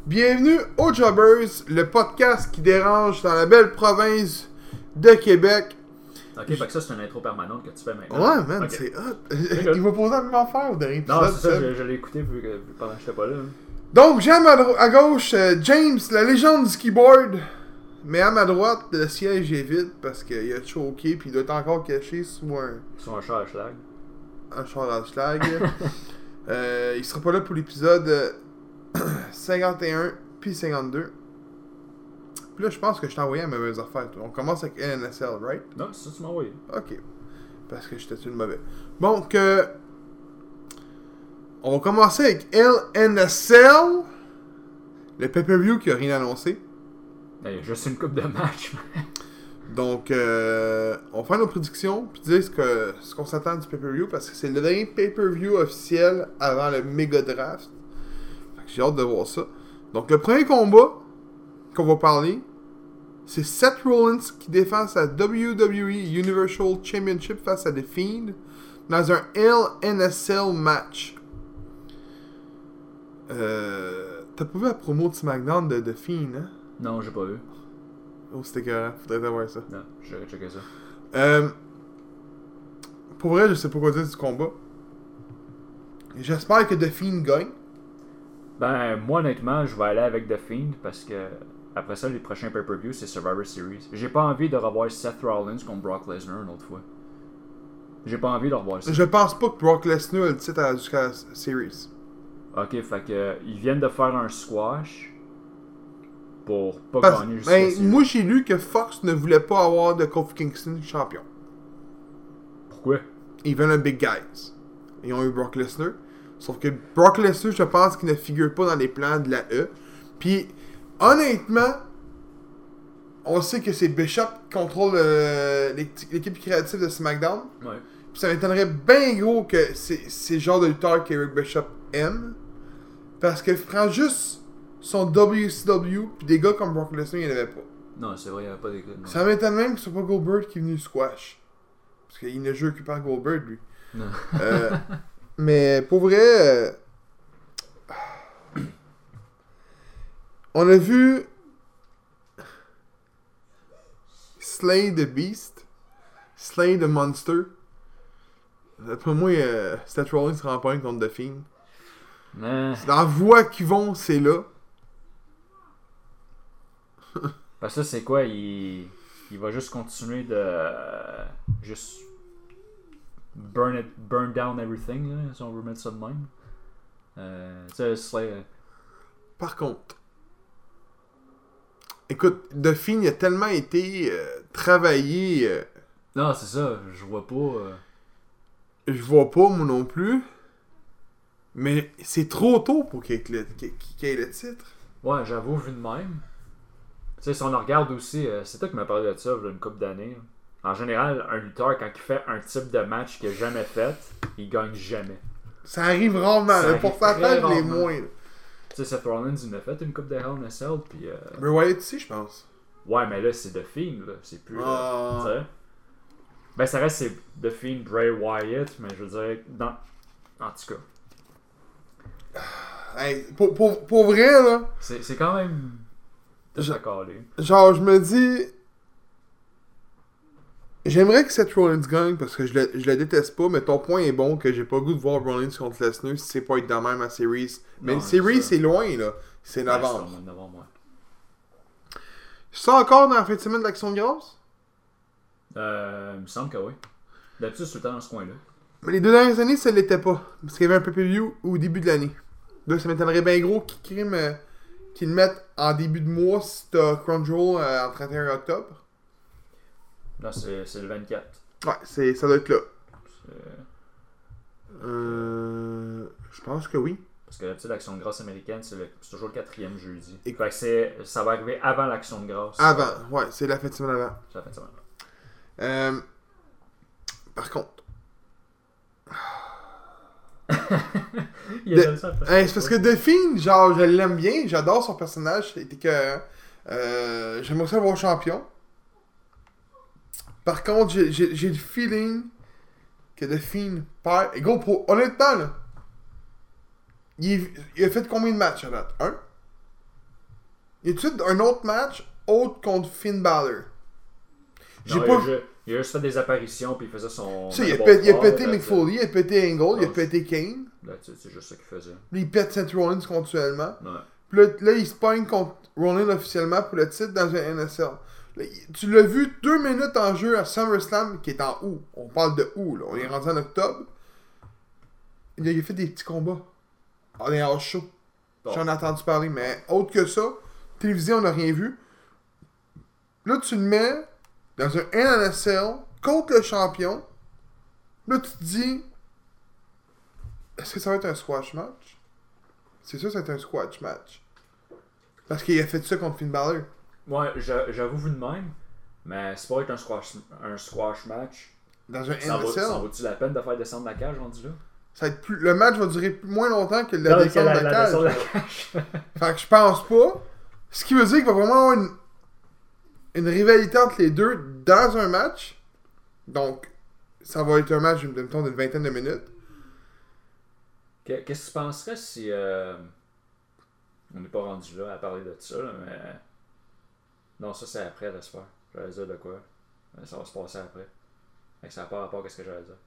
Bienvenue aux Jobbers, le podcast qui dérange dans la belle province de Québec. Ok, fait que ça, c'est une intro permanente que tu fais maintenant. Ouais, man, okay. c'est hot. Il va poser la même affaire au dernier épisode. Non, c'est ça, je l'ai écouté vu pendant que j'étais pas là. Donc, j'ai à gauche James, la légende du keyboard. Mais à ma droite, le siège est vide parce qu'il a choqué puis il doit être encore caché sous un char à schlag. Un char à schlag. Il sera pas là pour l'épisode 51 puis 52. Puis là, je pense que je t'ai envoyé à mauvaise affaire. On commence avec NSL, right? Non, c'est ça, tu m'as envoyé. Ok. Parce que j'étais sur le mauvais. Donc, on va commencer avec LNSL. Le pay-per-view qui a rien annoncé. Il y a juste une coupe de match. Donc, on va faire nos prédictions. Puis dire ce qu'on s'attend du pay-per-view. Parce que c'est le dernier pay-per-view officiel avant le méga draft. Fait que j'ai hâte de voir ça. Donc, le premier combat qu'on va parler, c'est Seth Rollins qui défend sa WWE Universal Championship face à The Fiend dans un LNSL match. T'as pas vu la promo de SmackDown de The Fiend, hein? Non, j'ai pas vu. Oh, c'était carré. Faudrait avoir ça. Non, j'aurais checké ça. Pour vrai, je sais pas quoi dire du combat. J'espère que The Fiend gagne. Ben, moi, honnêtement, je vais aller avec The Fiend parce que après ça, les prochains pay-per-view, c'est Survivor Series. J'ai pas envie de revoir Seth Rollins contre Brock Lesnar une autre fois. J'ai pas envie de revoir ça. Je pense pas que Brock Lesnar a le titre jusqu'à la Series. Ok, fait que ils viennent de faire un squash pour pas gagner jusqu'à la Series. Moi, j'ai lu que Fox ne voulait pas avoir de Kofi Kingston champion. Pourquoi? Ils veulent un Big Guys. Ils ont eu Brock Lesnar. Sauf que Brock Lesnar, je pense qu'il ne figure pas dans les plans de la E. Puis, honnêtement, on sait que c'est Bishop qui contrôle l'équipe créative de SmackDown. Ouais. Puis ça m'étonnerait bien gros que c'est le genre de lutteur qu'Eric Bishop aime. Parce que prend juste son WCW, puis des gars comme Brock Lesnar, il n'y en avait pas. Non, c'est vrai, il n'y avait pas des gars. Non. Ça m'étonne même que ce soit pas Goldberg qui est venu squash. Parce qu'il ne joue que par Goldberg, lui. Non. Mais pour vrai, on a vu Slay the Beast, Slay the Monster. Pour moi, Seth Rollins se remporte contre The Fiend. Mais... Dans la voie qu'ils vont, c'est là. Parce que ça, c'est quoi? Il va juste continuer de... juste... burn down everything, là, si on veut mettre ça de même. Ça serait... Par contre, écoute, The Fiend a tellement été travaillé. Non, c'est ça, je vois pas... Je vois pas, moi non plus. Mais c'est trop tôt pour qu'il ait le titre. Ouais, j'avoue, vu de même. Tu sais, si on en regarde aussi, c'est toi qui m'as parlé de ça, il y a une couple d'années. En général, un lutteur, quand il fait un type de match qu'il n'a jamais fait, il gagne jamais. Ça arrive rarement, le pourcentage les moins. Tu sais, Seth Rollins, il a fait une coupe de Hell in a Cell, puis... Bray Wyatt aussi, je pense. Ouais, mais là, c'est The Fiend, là. C'est plus... tu sais? Ben, ça reste, c'est The Fiend, Bray Wyatt, mais je veux dire, en tout cas... Hey, pour vrai, là... C'est quand même... Genre, je me dis... J'aimerais que Seth Rollins gagne parce que je le déteste pas, mais ton point est bon que j'ai pas le goût de voir Rollins contre Lesnar si c'est pas être dans même à Series. Mais Series, c'est loin, là. C'est novembre. C'est novembre, ouais. C'est ça encore dans la fin de semaine de l'Action de grâce? Il me semble que oui. D'habitude, c'est tout le temps dans ce coin-là. Mais les 2 dernières années, ça l'était pas. Parce qu'il y avait un pay-per-view au début de l'année. Là, ça m'étonnerait bien gros qu'ils le mettent en début de mois si t'as Crunchyroll en 31 octobre. Non, c'est le 24. Ouais, ça doit être là. Je pense que oui. Parce que d'habitude, l'Action de grâce américaine, c'est toujours le 4e jeudi. Fait que ça va arriver avant l'Action de grâce. Avant, ouais, c'est la fin de semaine avant. C'est la fin de semaine. Par contre... c'est parce que The Fiend, genre, je l'aime bien, j'adore son personnage, c'était que j'aimerais ça le voir champion. Par contre, j'ai le feeling que The Fiend perd. Et gros, honnêtement, là, il a fait combien de matchs à date? 1? Y a-tu un autre match autre contre Finn Balor? Il a juste fait des apparitions, puis il faisait son. Il a pété Mick Foley, il a pété Angle, il a pété Kane. C'est juste ça qu'il faisait. Puis il pète Seth Rollins continuellement. Ouais. Puis là, il se pogne contre Rollins officiellement pour le titre dans un NSL. Là, tu l'as vu 2 minutes en jeu à SummerSlam, qui est en août. On parle de août, là. On est rendu en octobre. Il a fait des petits combats. On est en show. Bon. J'en ai entendu parler, mais autre que ça, télévision, on n'a rien vu. Là, tu le mets dans un NSL contre le champion. Là, tu te dis, est-ce que ça va être un squash match? C'est sûr que ça va être un squash match. Parce qu'il a fait ça contre Finn Balor. Ouais, j'avoue vu de même, mais c'est pas être un squash match. Dans un Ça NSL. vaut-tu la peine de faire descendre la cage rendu là? Ça va être plus, le match va durer moins longtemps que la descente de la cage. descente de la cage. Fait que je pense pas. Ce qui veut dire qu'il va vraiment avoir une rivalité entre les deux dans un match. Donc, ça va être un match d'une vingtaine de minutes. Qu'est-ce que tu penserais si. On n'est pas rendu là à parler de ça, là, mais. Non, ça c'est après, laisse faire. J'allais dire de quoi. Mais ça va se passer après. Fait que ça n'a pas rapport à ce que j'allais dire.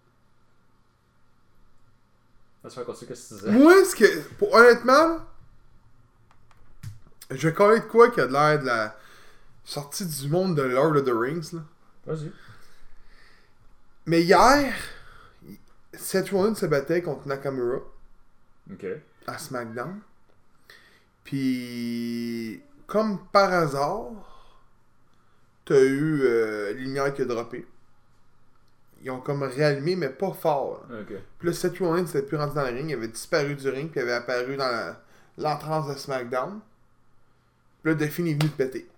Laisse faire continuer, qu'est-ce que tu disais? Moi, honnêtement, je vais coller de quoi qui a l'air de la sortie du monde de Lord of the Rings, là. Vas-y. Mais hier, Seth Rollins se battait contre Nakamura. Ok. À SmackDown. Puis, comme par hasard, t'as eu les lumières qui a droppé. Ils ont comme réallumé, mais pas fort. Là. Ok. Puis là, Seth Rollins n'était plus rendu dans le ring. Il avait disparu du ring, puis il avait apparu dans l'entrance de SmackDown. Puis là, Delphine est venu te péter.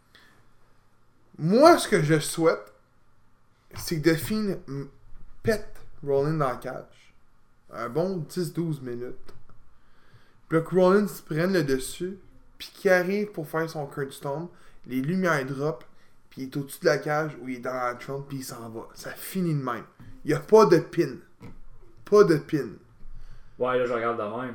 Moi, ce que je souhaite, c'est que Delphine pète Rollins dans la cage. Un bon 10-12 minutes. Puis là, que Rollins prenne le dessus, puis qu'il arrive pour faire son Kurt Stone, les lumières drop, puis il est au-dessus de la cage où il est dans la trompe, puis il s'en va. Ça finit de même. Il n'y a pas de pin. Pas de pin. Ouais, là, je regarde de même.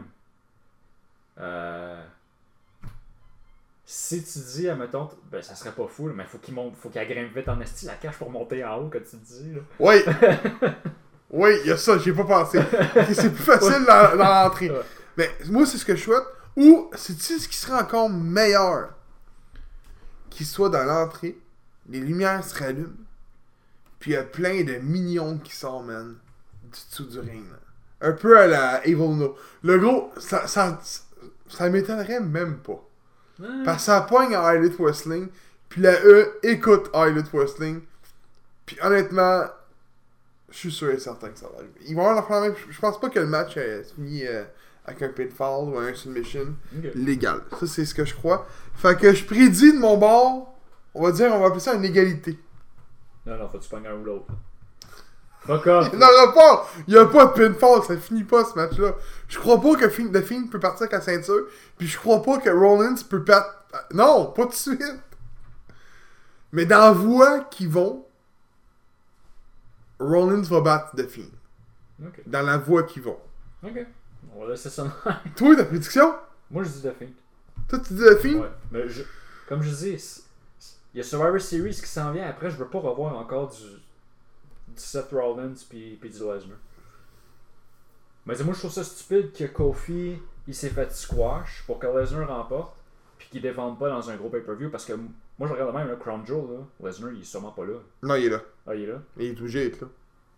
Si tu dis, admettons, ben ça serait pas fou, là, mais faut qu'il grimpe vite en esti la cage pour monter en haut, comme tu dis. Là. Oui! Oui, il y a ça, j'y ai pas pensé. C'est plus facile dans l'entrée. Ouais. Mais moi, c'est ce que je souhaite. Ou, c'est-tu ce qui serait encore meilleur? Qu'il soit dans l'entrée, les lumières se rallument, puis il y a plein de mignons qui sortent, man, du dessous du ring. Là. Un peu à la Evil No. Le gros, ça m'étonnerait même pas. Parce que ça pogne à Highlight Wrestling, puis la E écoute Highlight Wrestling, puis honnêtement, je suis sûr et certain que ça va arriver. Ils vont avoir la même. Je pense pas que le match se finit avec un pinfall ou un submission légal. Ça, c'est ce que je crois. Fait que je prédis de mon bord, on va appeler ça une égalité. Non, faut que tu pognes un ou l'autre. Fuck off. Il n'y a pas de pinfall, ça finit pas ce match-là. Je crois pas que The Fiend peut partir avec la ceinture, puis je crois pas que Rollins peut perdre. Non, pas tout de suite. Mais dans la voie qu'ils vont, Rollins va battre The Fiend. Okay. Dans la voie qu'ils vont. Ok. On va laisser ça. Toi, ta prédiction? Moi, je dis The Fiend. Toi, tu dis The Fiend? Ouais. Mais comme je dis, il y a Survivor Series qui s'en vient. Après, je veux pas revoir encore du Seth Rollins puis du Lesnar. Mais moi, je trouve ça stupide que Kofi il s'est fait squash pour que Lesnar remporte puis qu'il défende pas dans un gros pay-per-view parce que moi, je regarde même le Crown Jewel, là. Lesnar, il est sûrement pas là. Non, il est là. Ah, il est là? Il est obligé d'être là.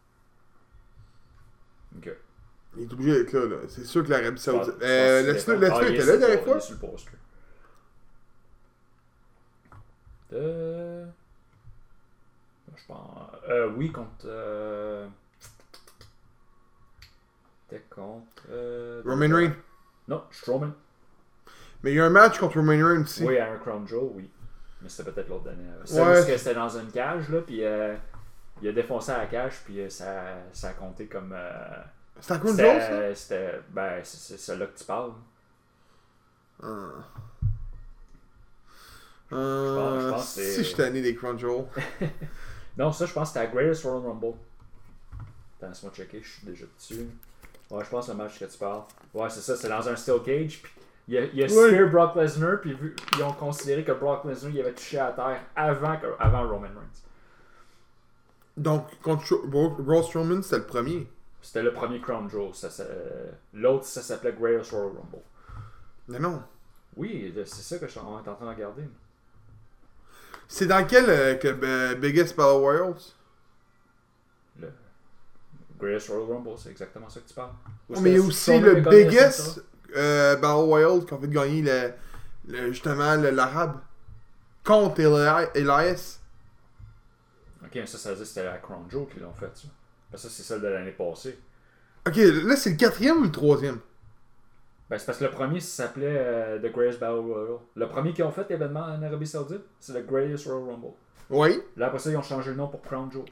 Ok. Il est obligé d'être là, là. C'est sûr que l'Arabie Saoudite. Lesnar était là la dernière fois? Il est sur le poster. Je pense. Oui, contre. T'es contre. Roman Reigns. Non, Strowman. Mais il y a un match contre Roman Reigns aussi. Oui, à un Crown Jewel, oui. Mais c'était peut-être l'autre d'année. C'est Ouais. parce que c'était dans une cage, là, puis il a défoncé à la cage, puis ça a compté comme. C'était à Crown Jewel, ça? C'était. Ben, c'est celle-là que tu parles. Je pense que si je suis tanné des Crown Jewel. Non, ça, je pense que c'était à Greatest Royal Rumble. Attends, laisse-moi checker, je suis déjà dessus. Ouais, je pense que le match que tu parles. Ouais, c'est ça, c'est dans un Steel Cage. Puis Il a spear Brock Lesnar, puis ils ont considéré que Brock Lesnar il avait touché à terre avant Roman Reigns. Donc, contre Braun Strowman, c'était le premier. C'était le premier Crown Jewel. L'autre, ça s'appelait Greatest Royal Rumble. Mais non. Oui, c'est ça que je suis en train de regarder. C'est dans quel Biggest Battle Royals? Le Greatest Royal Rumble, c'est exactement ça que tu parles. Mais il y a aussi le Biggest Battle Royal qui a fait gagner justement l'Arabe contre Elias. Ok, mais ça veut dire que c'était la Crown Jewel qui l'ont fait, ça. Ça, c'est celle de l'année passée. Ok, là, c'est le 4e ou le 3e? Ben, c'est parce que le premier, ça s'appelait The Greatest Battle Royal. Le premier qu'ils ont fait, l'événement en Arabie Saoudite, c'est le Greatest Royal Rumble. Oui. Là, après ça, ils ont changé le nom pour Crown Jewel.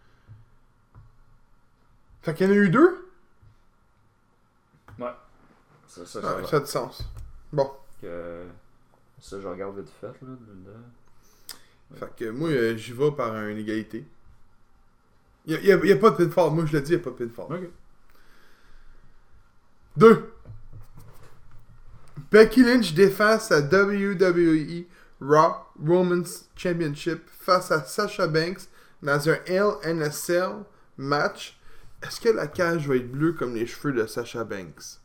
Fait qu'il y en a eu 2? Ouais. Ça a du sens. Bon. Ça, je regarde vite fait, là. Fait que moi, j'y vais par une égalité. Il y a pas de pinfall. Moi, je l'ai dit, il n'y a pas de pinfall. Ok. 2. Becky Lynch défend sa WWE Raw Women's Championship face à Sasha Banks dans un Hell in a Cell match. Est-ce que la cage va être bleue comme les cheveux de Sasha Banks?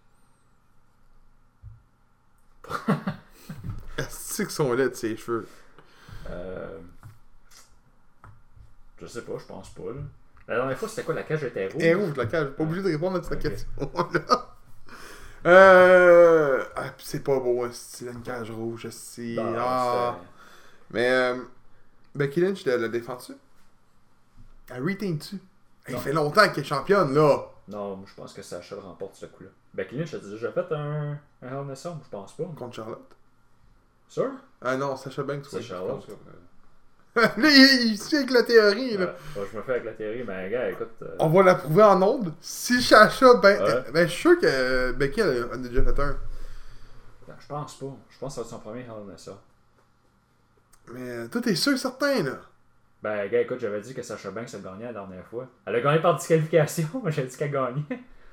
Est-ce qu'ils sont laids de ses cheveux? Je sais pas, je pense pas. Là. La dernière fois, c'était quoi? La cage était rouge? Elle est rouge, la cage. Pas obligé de répondre à cette question. Pis c'est pas beau, c'est une cage rouge. Mais Becky Lynch l'a défendu. Elle retain-tu? Il fait longtemps qu'elle est championne, là. Non, moi je pense que Sacha remporte ce coup-là. Becky Lynch a déjà fait un Hell in a Cell, je pense pas. Contre Charlotte. Sûr? Ah non, Sasha Banks. C'est Charlotte. Là, il suit avec la théorie, là. Ouais, je me fais avec la théorie, mais gars, écoute. On va la prouver en ondes. Si Sasha, ben je suis sûr que Becky elle a déjà fait un. Non, je pense pas. Je pense que ça va être son premier Hell in a Cell. Mais toi, t'es sûr certain, là? Ben, gars, écoute, j'avais dit que Sasha Banks a gagné la dernière fois. Elle a gagné par disqualification, mais j'ai dit qu'elle gagnait.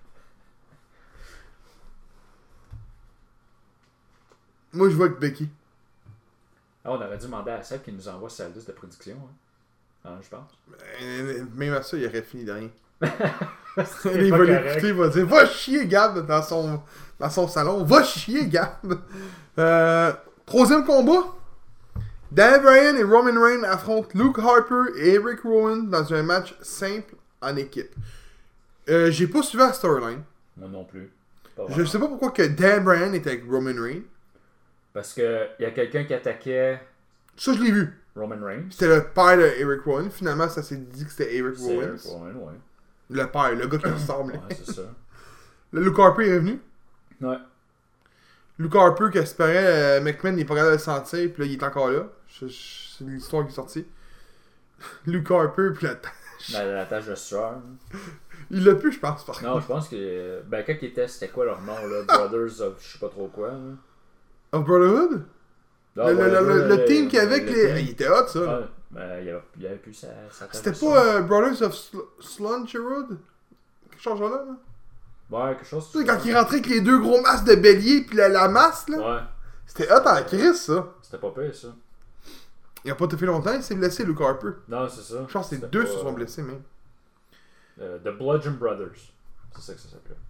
Moi, je vois avec Becky. Ah, on aurait dû demander à Seb qu'il nous envoie sa liste de prédictions. Hein, je pense. Même à ça, il aurait fini de rien. Il va l'écouter, il va dire va chier Gab dans son salon. Va chier Gab. Troisième combat. Dan Bryan et Roman Reigns affrontent Luke Harper et Eric Rowan dans un match simple en équipe. J'ai pas suivi la storyline. Moi non plus. Je sais pas pourquoi que Dan Bryan était avec Roman Reigns. Parce que y a quelqu'un qui attaquait. Ça, je l'ai vu. Roman Reigns. C'était le père de Eric Rowan. Finalement, ça s'est dit que c'était Eric Rowan. Eric Rowan, ouais. Le père, le gars qui ressemble. Ouais, c'est ça. Le Luke Harper est revenu. Ouais. Luke Harper qui espérait McMahon n'est pas capable de le sentir, puis là il est encore là. C'est l'histoire qui est sortie. Luke Harper, puis la tâche. La tâche de sueur. Il l'a plus, je pense, par contre. Non, je pense que. Ben, quand il était, c'était quoi leur nom, là? Brothers of je sais pas trop quoi. Là. Of Brotherhood? Non, le team qu'il y avait avec les. Il était hot, ça. Ouais, ben, il y avait plus sa tâche. C'était pas Brothers of Sluncherwood? Quelque chose là? Ouais, quelque chose. Tu sais, quand il rentrait avec les deux gros masses de bélier, puis la masse, là. Ouais. C'était hot en crise, ça. C'était pas pire, ça. Il a pas tout fait longtemps, il s'est blessé, Luke Harper. Non, c'est ça. Je pense que c'est deux qui se sont blessés, même. The Bludgeon Brothers. C'est ça que ça s'appelait.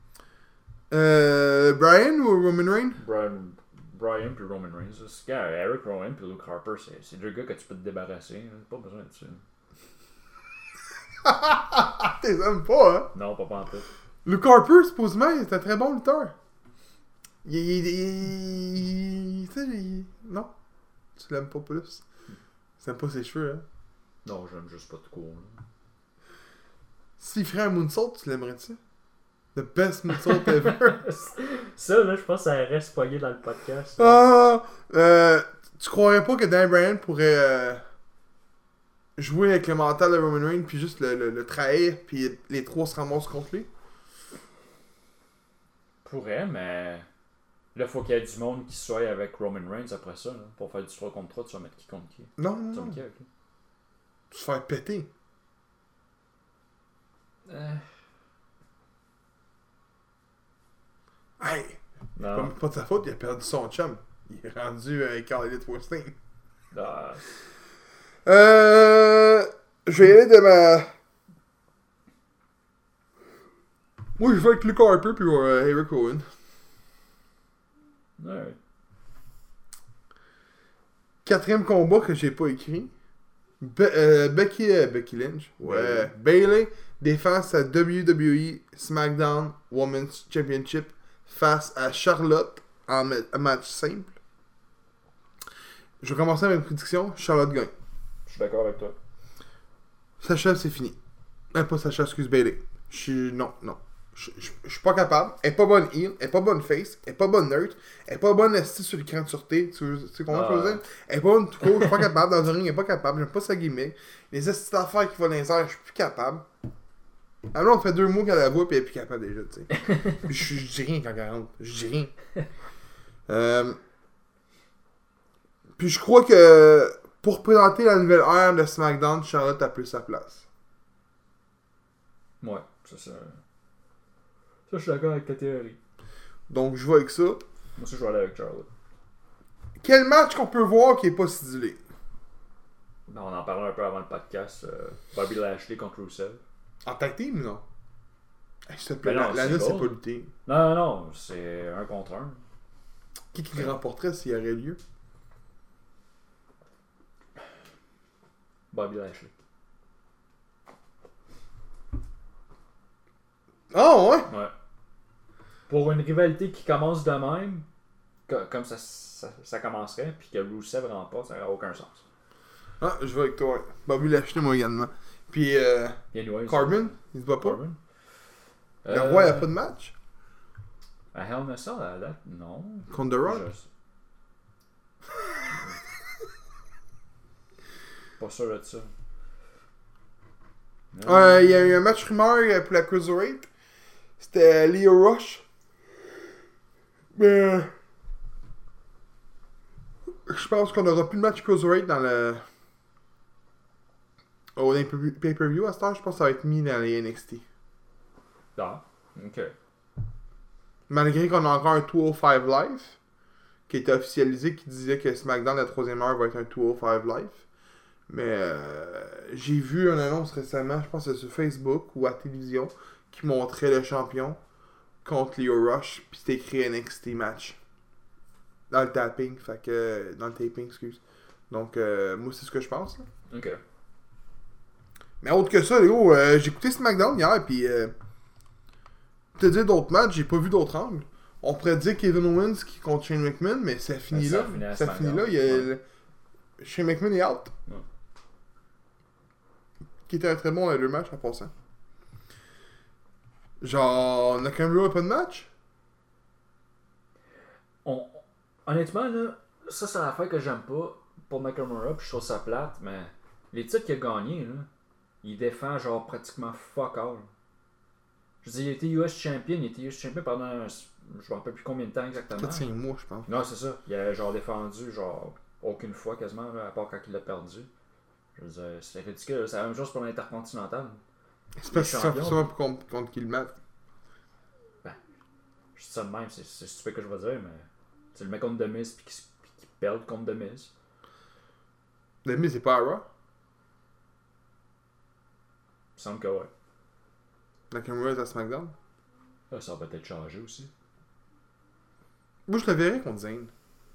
Brian ou Roman Reigns? Brian puis Roman Reigns. C'est Eric Rowan puis Luke Harper, c'est deux gars que tu peux te débarrasser. Pas besoin de ça. T'es aimes pas, hein? Non, pas en tout. Luke Harper, supposément, il est un très bon lutteur. Non. Tu l'aimes pas plus. Tu n'aimes pas ses cheveux, hein? Non, j'aime juste pas de court. S'il ferait un moonsault, tu l'aimerais-tu? The best moonsault ever. Ça, là, je pense que ça reste poigné dans le podcast. Tu croirais pas que Dan Bryan pourrait jouer avec le mental de Roman Reigns puis juste le trahir puis les trois se ramassent contre lui? Pourrait, mais là, faut qu'il y ait du monde qui soit avec Roman Reigns après ça. Là. Pour faire du 3 contre 3, tu vas mettre qui contre qui? Non. Tu vas mettre qui avec lui? Tu vas se faire péter. Euh... Hey, Non. Pas de sa faute, il a perdu son chum. Il est rendu Carlite Westing. Ah, Je vais y aller de ma. Moi, je vais avec Luke Harper puis Eric Owen. ouais. Quatrième combat que j'ai pas écrit. Becky Lynch. Ouais. Bayley défend sa WWE SmackDown Women's Championship face à Charlotte en match simple. Je vais commencer avec une prédiction. Charlotte gagne. Je suis d'accord avec toi. Sacha, c'est fini. Pas Sacha, excuse Bayley. Non. Je suis pas capable. Elle est pas bonne heel, elle est pas bonne face, elle est pas bonne nerd, elle est pas bonne assise sur l'écran de sûreté. Tu sais comment je veux dire? Elle est pas bonne tout court, je suis pas capable. Dans un ring, elle est pas capable. J'aime pas sa gimmick. Les astuces d'affaires qui vont dans les airs, je suis plus capable. Alors, on fait 2 mots qu'elle la voit, puis elle est plus capable déjà, tu sais. Puis je dis rien quand elle rentre. Je dis rien. Puis je crois que pour présenter la nouvelle ère de SmackDown, Charlotte a plus sa place. Ouais, ça, je suis d'accord avec ta théorie. Donc, je vais avec ça. Moi aussi, je vais aller avec Charlotte. Quel match qu'on peut voir qui est pas sidulé? Ben, on en parlait un peu avant le podcast. Bobby Lashley contre Rusev. En tag team, non? Hey, s'il te plaît, Ben non, Lana, c'est c'est pas lutter. Non, c'est 1 contre 1. Qui remporterait s'il y aurait lieu? Bobby Lashley. Oh, ouais? Ouais. Pour une rivalité qui commence de même, comme ça commencerait, puis que Rusev remporte, ça n'aurait aucun sens. Ah, je vais avec toi. Ouais. Bobby Lashley, moi également. Puis, Anyways, Corbin, il se bat pas? Corbin. Le roi, il a pas de match? À Hell in a Cell, à la date, non. Contre The Rock? Pas sûr de ça. Il y a eu un match rumeur pour la Cruiserweight. C'était Leo Rush. Mais. Je pense qu'on n'aura plus de match Cruiserweight dans le. Au pay-per-view à ce temps, je pense que ça va être mis dans les NXT. Ah, ok. Malgré qu'on a encore un 205 Live qui était officialisé, qui disait que SmackDown, la 3e heure, va être un 205 Live. Mais j'ai vu une annonce récemment, je pense que c'est sur Facebook ou à la télévision, qui montrait le champion contre Leo Rush, puis c'était écrit NXT match. Dans le taping, fait que. Dans le taping, excuse. Donc, moi, c'est ce que je pense. Là. Ok. Mais autre que ça, Léo, j'ai écouté SmackDown hier, puis. Te dire d'autres matchs, j'ai pas vu d'autres angles. On pourrait dire Kevin Owens qui contre Shane McMahon, mais ça finit là. Ça finit là. Il y a Shane McMahon est out. Ouais. Qui était un très bon 2 matchs en passant. Genre, Nakamura a pas de match? Honnêtement, là, ça c'est l'affaire que j'aime pas pour Nakamura, puis je trouve ça plate, mais les titres qu'il a gagnés, là, il défend genre pratiquement fuck all. Je veux dire, il était US Champion, il était US Champion pendant, je me rappelle plus combien de temps exactement. Peut-être 5 mois, je pense. Non, c'est ça. Il a genre défendu genre aucune fois quasiment, là, à part quand il l'a perdu. Je veux dire, c'est ridicule. C'est la même chose pour l'Intercontinental. C'est parce que c'est ça contre qui le met. Ben, je dis ça de même, c'est stupide que je vais dire, mais c'est le mec contre The Miz puis qui perd contre The Miz. The Miz, c'est pas à Raw? Il me semble que ouais. Nakamura est à SmackDown? Là, ça va peut-être changer aussi. Moi, je le verrais contre Zayn.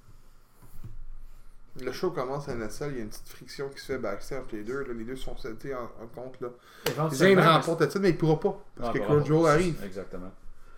Le show commence à NSL, il y a une petite friction qui se fait backstage entre les deux. Là. Les deux sont setés en compte. Là. Zayn remporte le titre, mais il pourra pas. Parce que Crown Jewel arrive. Exactement.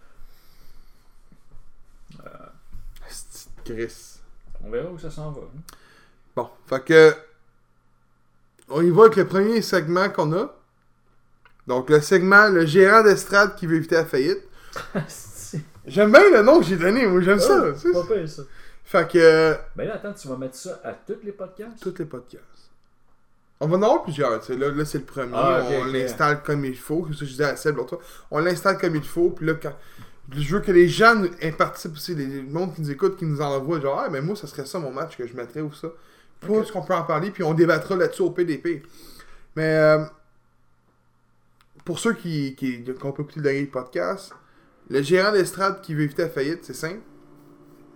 C'est Chris. On verra où ça s'en va. Hein? Bon, fait que. On y va avec le premier segment qu'on a. Donc, le segment, le gérant d'estrade qui veut éviter la faillite. J'aime bien le nom que j'ai donné, moi, j'aime ça. C'est pas pire, ça. Fait que. Ben là, attends, tu vas mettre ça à tous les podcasts? Tous les podcasts. On va en avoir plusieurs, tu sais. Là c'est le premier. On l'installe comme il faut. C'est ce que je disais à Seb, toi. On l'installe comme il faut. Puis là, quand. Je veux que les gens participent aussi. Les monde qui nous écoutent, qui nous envoient. Genre, ah, mais moi, ça serait ça mon match que je mettrais ou ça. Pour ce qu'on peut en parler. Puis on débattra là-dessus au PDP. Mais. Pour ceux qui ont pas écouté le dernier podcast, le gérant d'estrade qui veut éviter la faillite, c'est simple.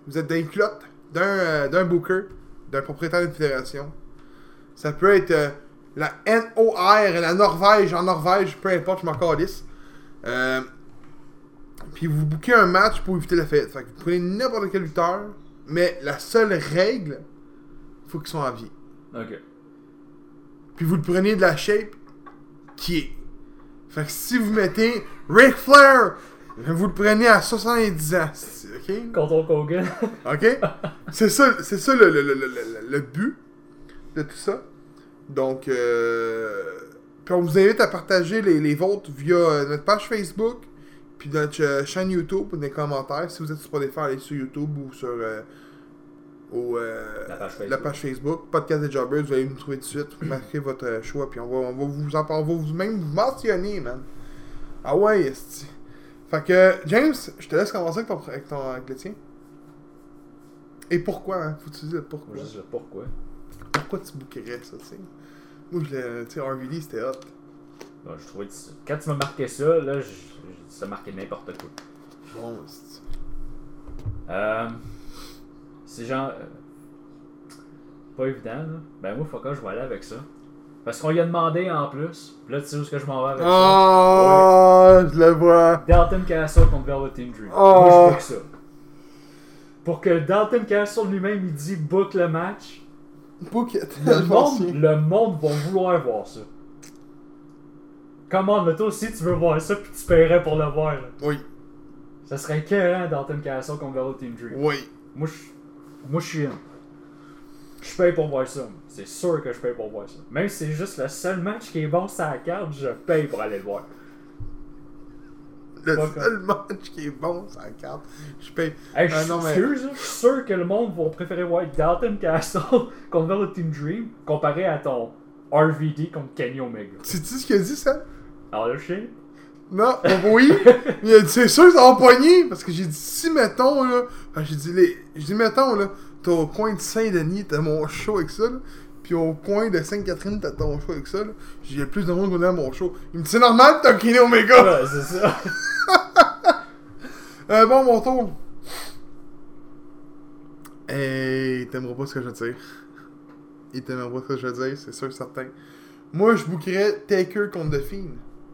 vous êtes dans les culottes d'un booker, d'un propriétaire d'une fédération. Ça peut être la NOR, la Norvège, en Norvège, peu importe, je m'en calisse. Puis vous bookez un match pour éviter la fête. Fait que vous prenez n'importe quel lutteur, mais la seule règle, faut qu'ils soient en vie. Ok. Puis vous le prenez de la shape qui est. Fait que si vous mettez Ric Flair, vous le prenez à 70 ans. Ok? Contre Hulk Hogan. Ok? C'est ça le but de tout ça. Donc, puis on vous invite à partager les vôtres via notre page Facebook, puis notre chaîne YouTube, dans les commentaires. Si vous êtes sur Spotify, allez sur YouTube ou sur la page Facebook. Podcast des Jobbers, vous allez nous trouver tout de suite. Vous marquez votre choix, puis on va vous même vous mentionner, man. Ah ouais, esti. Fait que, James, je te laisse commencer avec le tien. Et pourquoi, hein? Faut-tu dire pourquoi? Moi, je sais pourquoi. Pourquoi tu bookerais ça, tu sais? Moi, tu sais, RVD, c'était hot. Bon, je trouvais que quand tu m'as marqué ça, là, ça marquait n'importe quoi. Bon, c'est... C'est genre... pas évident, là. Ben moi, faut que je vais aller avec ça. Parce qu'on lui a demandé en plus. Puis là, tu sais où est-ce que je m'en vais avec ça? Oh, ouais. Je le vois. Dalton Castle contre Velveteen Dream. Oh. Moi, je book ça. Pour que Dalton Castle lui-même, il dit book le match. Book it. Le monde va vouloir voir ça. Comment, mais toi aussi, tu veux voir ça, puis tu paierais pour le voir, là. Oui. Ça serait écœurant, Dalton Castle contre Velveteen Dream. Oui. Moi, je suis in. Je paye pour voir ça. C'est sûr que je paye pour voir ça. Même si c'est juste le seul match qui est bon sur la carte, je paye pour aller le voir. Le seul match qui est bon sur la carte, je paye. Hey, non, mais... je suis sûr que le monde va préférer voir Dalton Castle contre Velveteen Dream comparé à ton RVD contre Kenny Omega. Sais-tu ce qu'il a dit, ça? Alors le chien? Non, oui. Il a dit, c'est sûr que ça va pogner. Parce que j'ai dit, si mettons, là. Enfin, j'ai dit, mettons, là. T'as au coin de Saint-Denis, t'as mon show avec ça, là. Puis au coin de Sainte-Catherine, t'as ton show avec ça, là. J'ai plus de monde qu'on a à mon show. Il me dit, c'est normal, t'as Kenny Omega. Ouais, c'est ça. Bon, mon tour. Hey, t'aimeras pas ce que je veux dire. Il t'aimerait pas ce que je veux dire, c'est sûr, certain. Moi, je bookerais Taker contre The Fiend.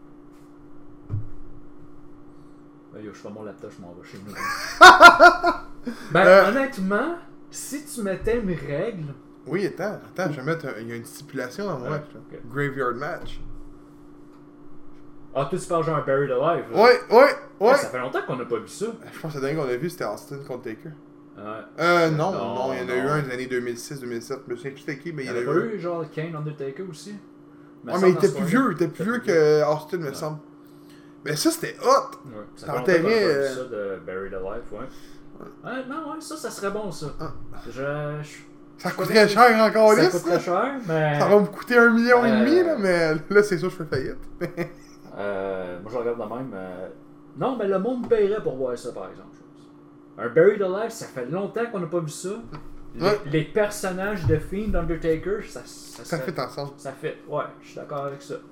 Yo, je fais mon laptop, je m'en vais chez nous. Ben, honnêtement, si tu mettais une règle... Oui, attends, je vais mettre... Il y a une stipulation dans mon match. Okay. Graveyard match. Ah, toi, tu parles genre un Buried Alive. Là. Ouais. Ça fait longtemps qu'on n'a pas vu ça. Je pense que le dernier qu'on a vu, c'était Austin contre Taker. Non, il y en a eu un des années 2006-2007. Je me souviens plus c'était qui, mais il y en a eu. Genre Kane Undertaker aussi. Mais il était plus vieux. Il était plus vieux que Austin, me semble. Mais ça, c'était hot! Ouais, ça fait longtemps qu'on a pas vu ça de Buried Alive, ouais. Non, ça serait bon, ça. Ça coûterait cher encore, ça coûterait cher, mais... Ça va me coûter 1,5 million, là, mais là, c'est sûr que je fais faillite. Moi, je regarde de même. Non, mais le monde paierait pour voir ça, par exemple. Un Buried Alive, ça fait longtemps qu'on n'a pas vu ça. Les personnages de Fiend, Undertaker, ça fait ensemble. Ça fait, ouais, je suis d'accord avec ça.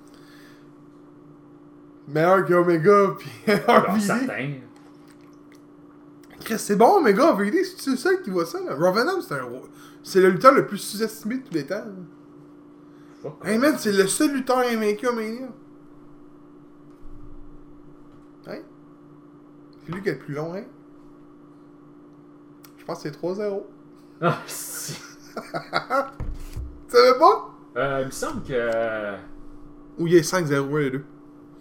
Meilleur que Omega pis RVD. Certain. Chris, c'est bon Omega, RVD, c'est le seul qui voit ça là. Rovenham, c'est le lutteur le plus sous-estimé de tous les temps. Hey man, c'est le seul lutteur invaincu à Mania. Hein? C'est lui qui a le plus long, hein? Je pense que c'est 3-0. Ah, si. Tu savais pas? Il me semble que... Ou il y a 5-0 les deux.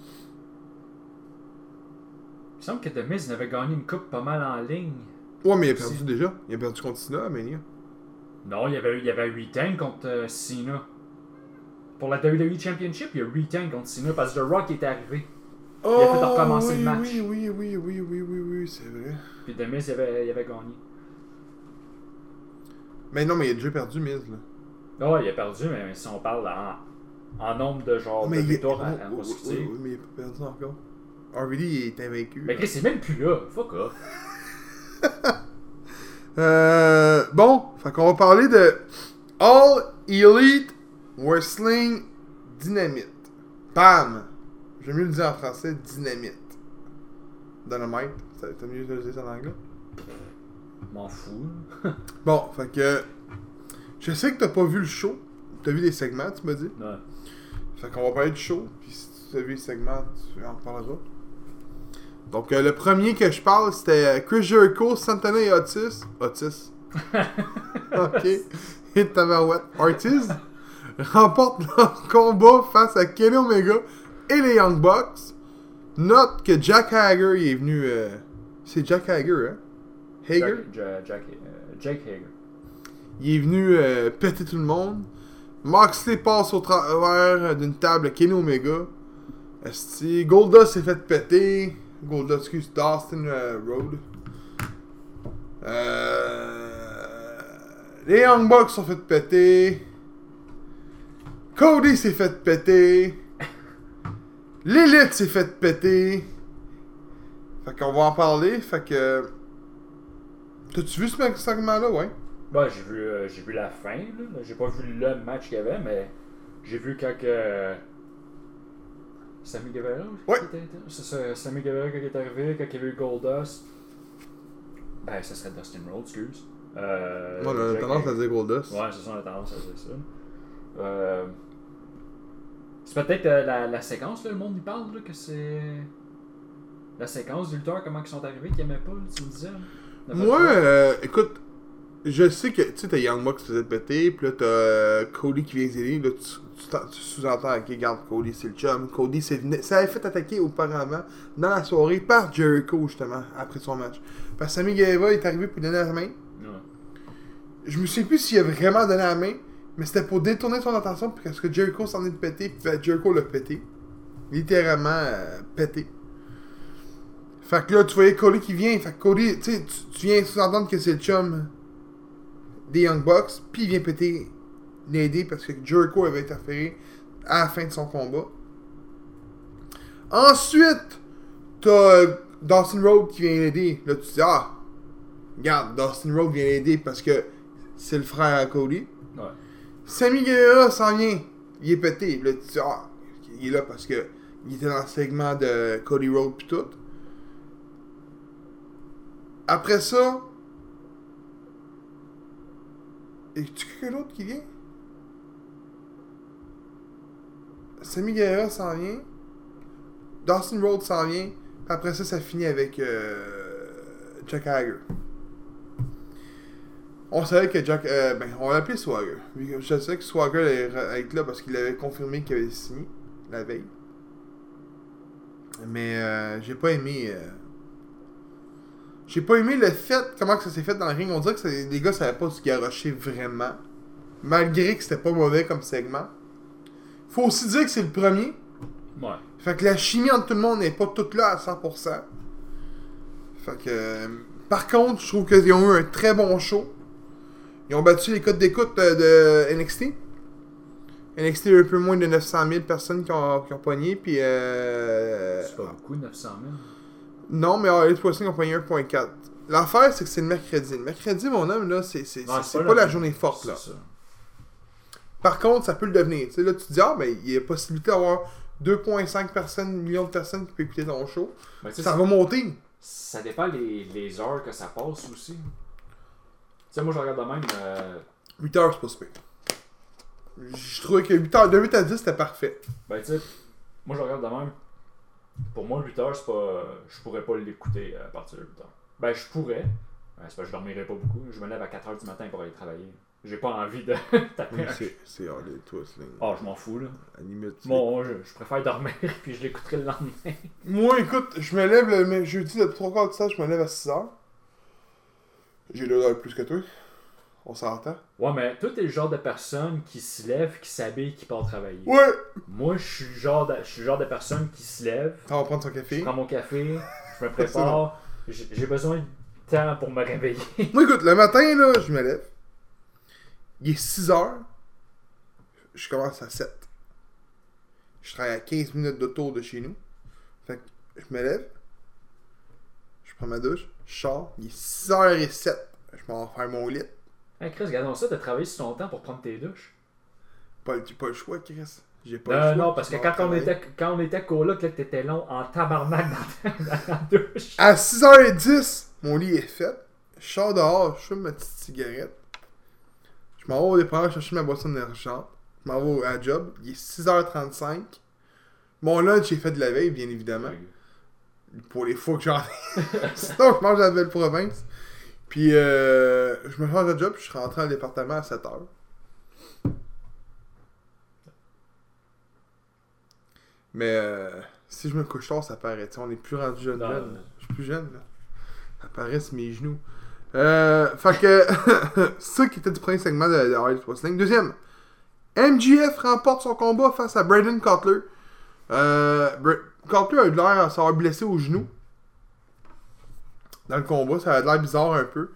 Il me semble que The Miz avait gagné une coupe pas mal en ligne. Ouais, mais il a perdu déjà. Il a perdu contre Cena à Mania. Non, il y avait 8 ans contre Cena. Pour la WWE Championship, il y a 8 ans contre Cena parce que The Rock était arrivé. Il a fait recommencer le match. Oui, c'est vrai. Puis The Miz, il avait gagné. Mais non, mais il a déjà perdu, Miz, là. Ouais, il a perdu, mais si on parle en nombre de genres de victoires consécutives. Oui, mais il a pas perdu encore. RVD, il est invaincu. Mais Chris, c'est même plus là. Fuck off. Bon, fait qu'on va parler de All Elite Wrestling Dynamite. Bam! J'aime mieux le dire en français, Dynamite. Dynamite. T'as mieux de le dire en anglais? M'en fous. Bon, fait que. Je sais que t'as pas vu le show. T'as vu les segments, tu m'as dit. Ouais. Fait qu'on va parler du show. Puis si tu as vu les segments, tu en parleras. Donc, le premier que je parle, c'était Chris Jericho, Santana et Otis. Otis. Ok. Et Tabarouette. Ortiz remporte leur combat face à Kenny Omega et les Young Bucks. Note que Jack Hager il est venu. C'est Jack Hager, hein? Hager? Jake Hager. Il est venu péter tout le monde. Moxley passe au travers d'une table à Kenny Omega. Esti, Goldust s'est fait péter. Goldust, excuse, Dustin Road. Les Young Bucks sont fait péter. Cody s'est fait péter. L'élite s'est fait péter. Fait qu'on va en parler. Fait que. T'as-tu vu ce segment-là, ouais? Bah, j'ai vu la fin, là. J'ai pas vu le match qu'il y avait, mais j'ai vu quand que. Sammy Guevara? Ouais. C'est ça, Sammy Guevara quand il est arrivé, quand il y avait eu Goldust. Ben, ça serait Dustin Rhodes, excuse. Moi, on a tendance à dire Goldust. Ouais, c'est ça, on a tendance à dire ça. C'est peut-être la séquence, là, le monde y parle, là, que c'est. La séquence du lutteur, comment ils sont arrivés, qu'ils aimaient pas, là, tu me disais. Là. Moi, écoute, je sais que, tu sais, t'as Young Bucks qui se faisait péter, pis là, t'as Cody qui vient aider, là, tu sous-entends, ok, regarde, Cody, c'est le chum. Cody ça avait fait attaquer auparavant, dans la soirée, par Jericho, justement, après son match. Parce que Sammy Guevara est arrivé pour lui donner la main. Ouais. Je me souviens plus s'il a vraiment donné la main, mais c'était pour détourner son attention, parce que Jericho s'en est de péter, puis Jericho l'a pété. Littéralement, pété. Fait que là, tu voyais Cody qui vient. Fait que Cody, tu sais, tu viens sous-entendre que c'est le chum des Young Bucks. Puis il vient péter l'aider parce que Jericho avait interféré à la fin de son combat. Ensuite, t'as Dustin Rhodes qui vient l'aider. Là, tu te dis, ah, regarde, Dustin Rhodes vient l'aider parce que c'est le frère à Cody. Ouais. Sammy Guevara s'en vient. Il est pété. Là, tu te dis, ah, il est là parce que il était dans le segment de Cody Rhodes pis tout. Après ça, est-ce quelqu'un d'autre qui vient? Sammy Guevara s'en vient. Dustin Rhodes s'en vient. Puis après ça finit avec Jack Hager. On savait que Jack... on l'appelait Swagger. Je savais que Swagger allait être là parce qu'il avait confirmé qu'il avait signé la veille. Mais j'ai pas aimé... J'ai pas aimé le fait, comment que ça s'est fait dans le ring. On dirait que les gars savaient pas se garrocher vraiment. Malgré que c'était pas mauvais comme segment. Faut aussi dire que c'est le premier. Ouais. Fait que la chimie entre tout le monde n'est pas toute là à 100%. Fait que... par contre, je trouve qu'ils ont eu un très bon show. Ils ont battu les codes d'écoute de NXT. NXT a eu un peu moins de 900 000 personnes qui ont pogné. Puis... C'est pas beaucoup, 900 000. Non, mais Elite Wrestling ont pogné 1.4. L'affaire, c'est que c'est le mercredi. Le mercredi, mon homme, là, c'est pas la journée forte, là. Ça. Par contre, ça peut le devenir. Tu sais, là, tu te dis, ah, ben, il y a possibilité d'avoir 2,5 millions de personnes qui peuvent écouter ton show. Ben, ça va monter. Ça dépend les heures que ça passe aussi. Tu sais, moi, je regarde de même... 8 heures, c'est pas super. Je trouvais que 8 heures, de 8 à 10, c'était parfait. Ben, tu sais, moi, je regarde de même. Pour moi, 8 heures, c'est pas... Je pourrais pas l'écouter à partir de 8 heures. Ben, je pourrais. C'est parce que je dormirais pas beaucoup. Je me lève à 4 heures du matin pour aller travailler. J'ai pas envie de taper. C'est Elite Wrestling. Oh, je m'en fous, là. À la limite. Bon, je préfère dormir, puis je l'écouterai le lendemain. Moi, écoute, je me lève le jeudi, le 3/4 du temps, je me lève à 6 heures. J'ai 2 heures plus que toi. On s'entend. Ouais, mais toi, t'es le genre de personne qui se lève, qui s'habille, qui part travailler. Ouais! Moi, je suis le genre de personne qui se lève. On va prendre son café. Je prends mon café, je me prépare. J'ai besoin de temps pour me réveiller. Moi, écoute, le matin, là, je me lève. Il est 6 heures. Je commence à 7. Je travaille à 15 minutes d'auto de chez nous. Fait que je me lève. Je prends ma douche. Je sors. Il est 6h07. Je m'en vais faire mon lit. Hey Chris, regardons ça, t'as travaillé sur ton temps pour prendre tes douches. J'ai pas le choix, Chris. J'ai pas le choix. Non, parce que quand on était coloc, là, t'étais long en tabarnak dans la douche. À 6h10, mon lit est fait. Je sors dehors, je fume ma petite cigarette. Je m'en vais au dépanneur chercher ma boisson énergisante. Je m'en vais à la job. Il est 6h35. Mon lunch, j'ai fait de la veille, bien évidemment. Pour les fois que j'en ai. Sinon, je mange à la belle province. Puis, je me change de job, puis je suis rentré dans le département à 7h. Mais, si je me couche tard, ça paraît. T'sais, on n'est plus rendu jeune. Je suis plus jeune, là. Ça paraît sur mes genoux. Fait que, c'est ça qui était du premier segment de All Elite Wrestling. Deuxième, MJF remporte son combat face à Braden Cutler. Cutler a eu l'air à s'avoir blessé au genou. Dans le combat, ça a l'air bizarre un peu.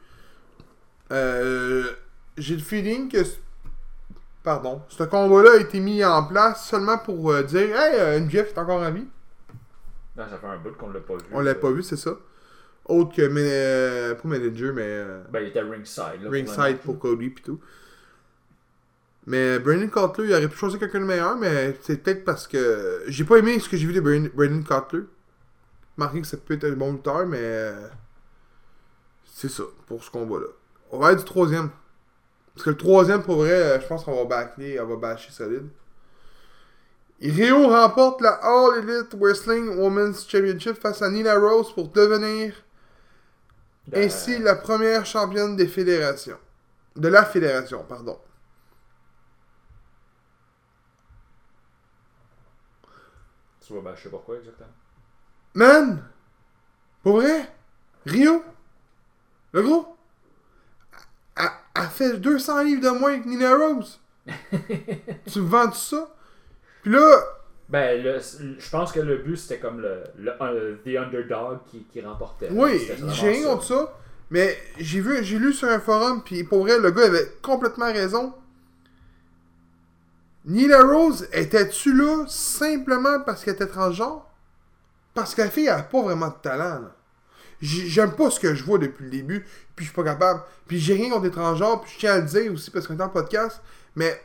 J'ai le feeling que ce combat-là a été mis en place seulement pour dire hey, MJF est encore en vie. Non, ça fait un bout qu'on l'a pas vu. On l'a pas vu, c'est ça. Autre que pas manager, mais. Ben, il était ringside. Là, ringside pour Cody pis tout. Mais Brandon Cutler, il aurait pu choisir quelqu'un de meilleur, mais c'est peut-être parce que. J'ai pas aimé ce que j'ai vu de Brandon Cutler. Marqué que ça peut être un bon lutteur, mais. C'est ça, pour ce combat-là. On va être du troisième. Parce que le troisième, pour vrai, je pense qu'on va bâcler, on va bâcher solide. Rio remporte la All Elite Wrestling Women's Championship face à Nina Rose pour devenir ainsi la première championne des fédérations. De la fédération, pardon. Tu vas bâcher pourquoi exactement? Man! Pour vrai? Rio? Le gros? Elle fait 200 livres de moins que Nina Rose. Tu me vends ça? Puis là... Ben, je pense que le but, c'était comme the underdog qui remportait. Oui, j'ai rien contre ça. Mais j'ai lu sur un forum, puis pour vrai, le gars avait complètement raison. Nina Rose, était-tu là simplement parce qu'elle était transgenre? Parce que la fille, elle a pas vraiment de talent, là. J'aime pas ce que je vois depuis le début, puis je suis pas capable. Puis j'ai rien contre les transgenres, puis je tiens à le dire aussi parce qu'on est en podcast, mais...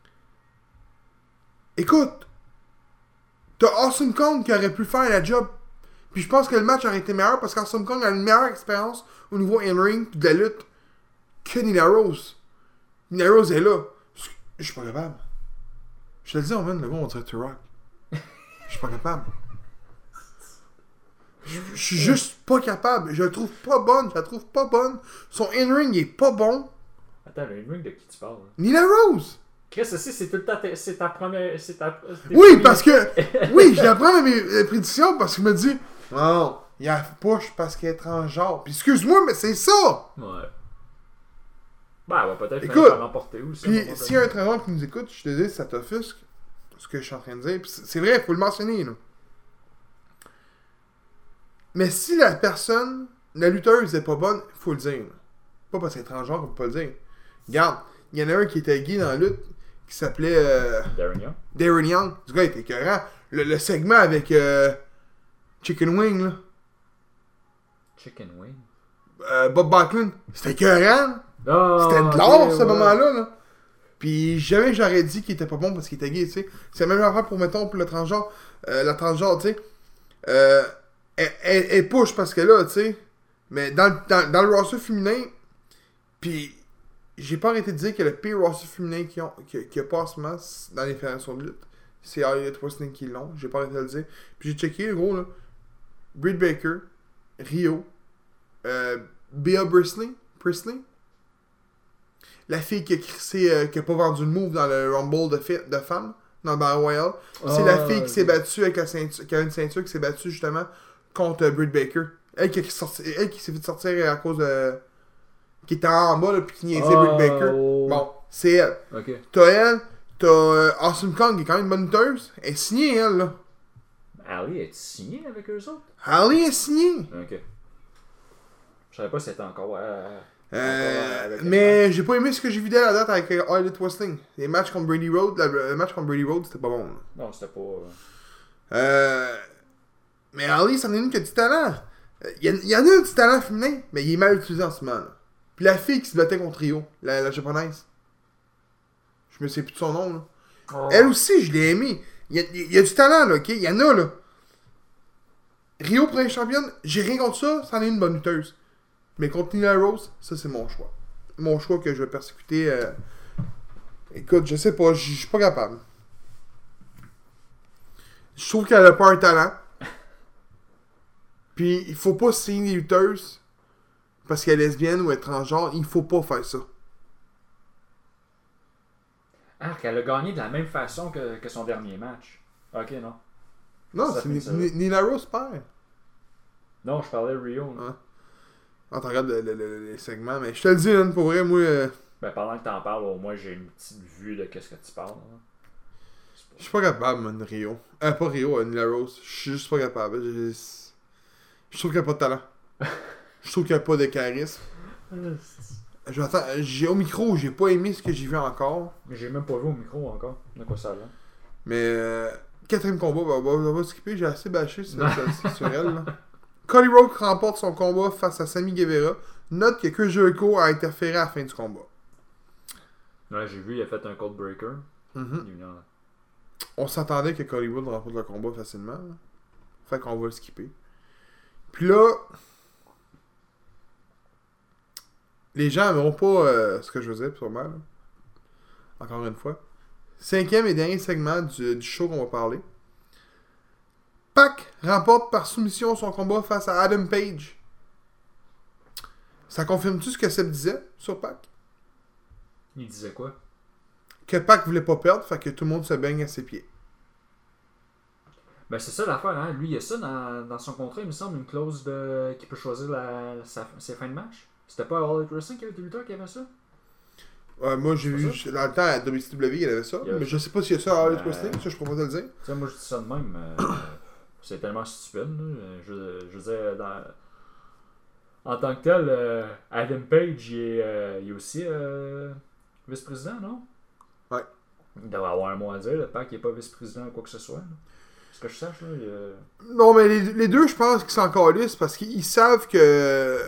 Écoute, t'as Awesome Kong qui aurait pu faire la job. Puis je pense que le match aurait été meilleur parce qu'Awesome Kong a une meilleure expérience au niveau in-ring de la lutte que Nina Rose. Nina Rose est là. Je suis pas capable. Je te le dis, on le gars, on dirait To Rock. Je suis pas capable. Je suis juste pas capable. Je la trouve pas bonne. Son in-ring est pas bon. Attends, le in-ring de qui tu parles? Nina Rose! Chris, c'est tout le temps c'est ta première. Oui, parce que. Oui, je la prends à mes prédictions parce qu'il me dit non, il a push parce qu'elle est transgenre. Puis excuse-moi, mais c'est ça! Ouais. Ben, elle va peut-être écoute, remporter aussi. Puis s'il y a un transgenre qui nous écoute, je te dis, ça t'offusque ce que je suis en train de dire. Puis c'est vrai, il faut le mentionner, là. Mais si la personne, la lutteuse est pas bonne, il faut le dire. Là. Pas parce qu'elle est transgenre qu'on peut pas le dire. Regarde, il y en a un qui était gay dans la lutte qui s'appelait Darren Young. Ce gars était écœurant. Le segment avec Chicken Wing, là. Chicken Wing? Bob Backlund. C'était écœurant. Oh, c'était de l'or, ce moment-là. Là. Puis jamais j'aurais dit qu'il était pas bon parce qu'il était gay, tu sais. C'est la même affaire pour, mettons, pour le transgenre. La transgenre, tu sais. Elle push parce que là, tu sais. Mais dans le roster féminin, puis j'ai pas arrêté de dire que le pire roster féminin qu'il y a pas en ce moment dans les fédérations de lutte, c'est All Elite Wrestling qui l'ont. J'ai pas arrêté de le dire. Puis j'ai checké, le gros, là. Britt Baker, Rio, Bea Priestley, la fille qui a pas vendu le move dans le Rumble de femmes, dans le Battle Royale. C'est la fille qui s'est battue avec la ceinture, qui a une ceinture qui s'est battue justement contre Britt Baker. Elle qui s'est fait sortir à cause de... qui était en bas, là, puis qui niaisait Britt Baker. Bon, c'est elle. Okay. T'as elle, t'as Awesome Kong, qui est quand même une bonne lutteuse. Elle est signée, elle, là. Ali est signée avec eux autres? Ali est signée. Ok. Je savais pas si c'était encore... mais j'ai pas aimé ce que j'ai vu d'elle à date avec All Elite Wrestling. Les matchs contre Brady Road, le match contre Brady Road, c'était pas bon. Là. Non, c'était pas... Mais Ali, c'en est une qui a du talent. Il y en a du talent féminin, mais il est mal utilisé en ce moment. Là. Puis la fille qui se battait contre Rio, la japonaise. Je me sais plus de son nom. Là. Oh. Elle aussi, je l'ai aimée. Il y a du talent, là, ok? Il y en a, là. Rio, première championne, j'ai rien contre ça, c'en est une bonne lutteuse. Mais contre Nyla Rose, ça c'est mon choix. Mon choix que je vais persécuter. Écoute, je sais pas, je suis pas capable. Je trouve qu'elle a pas un talent. Puis il faut pas signer des lutteuses parce qu'elle est lesbienne ou transgenre. Il faut pas faire ça. Ah, qu'elle a gagné de la même façon que son dernier match. Ok, non. Non, Ça c'est fait ça. Nyla Rose perd. Non, je parlais de Rio. là. Hein? Ah, tu regardes les segments, mais je te le dis, pour vrai, moi, Ben, pendant que t'en parles, au moins j'ai une petite vue de qu'est-ce que tu parles. là. je suis pas capable, man, Rio. Pas Rio, Nyla Rose. Je suis juste pas capable. Je trouve qu'elle a pas de talent. Je trouve qu'elle a pas de charisme. J'ai au micro, j'ai pas aimé ce que j'ai vu encore. Mais j'ai même pas vu au micro encore. De quoi ça là? Mais quatrième combat, on va skipper, j'ai assez bâché sur elle. Là. Cody Rhodes remporte son combat face à Sammy Guevara. Note que Chris Jericho a interféré à la fin du combat. Là, j'ai vu, il a fait un code breaker. Mm-hmm. On s'attendait que Cody Rhodes remporte le combat facilement. Là. Fait qu'on va le skipper. Puis là, les gens n'aimeront pas ce que je faisais, sûrement. Là. Encore une fois. 5e et dernier segment du show qu'on va parler. Pac remporte par soumission son combat face à Adam Page. Ça confirme-tu ce que Seb disait sur Pac? Il disait quoi? Que Pac voulait pas perdre, fait que tout le monde se baigne à ses pieds. Ben c'est ça l'affaire, hein. Lui, il y a ça dans son contrat, il me semble, une clause de qu'il peut choisir ses fins de match. C'était pas All Elite Wrestling qui avait des lutteurs qui avait ça? Moi, j'ai vu, dans le temps, à WCW, il y avait ça. Mais je sais pas s'il y a ça à All Elite Wrestling, ça, je pourrais pas te le dire. Tu sais, moi, je dis ça de même, c'est tellement stupide, là. Je veux dire, en tant que tel, Adam Page, il est aussi vice-président, non? Ouais. Il devrait avoir un mot à dire, le Pac, il n'est pas vice-président ou quoi que ce soit. Là. Ce que je sache, là, Non, mais les deux, je pense qu'ils sont encore lisses parce qu'ils savent que.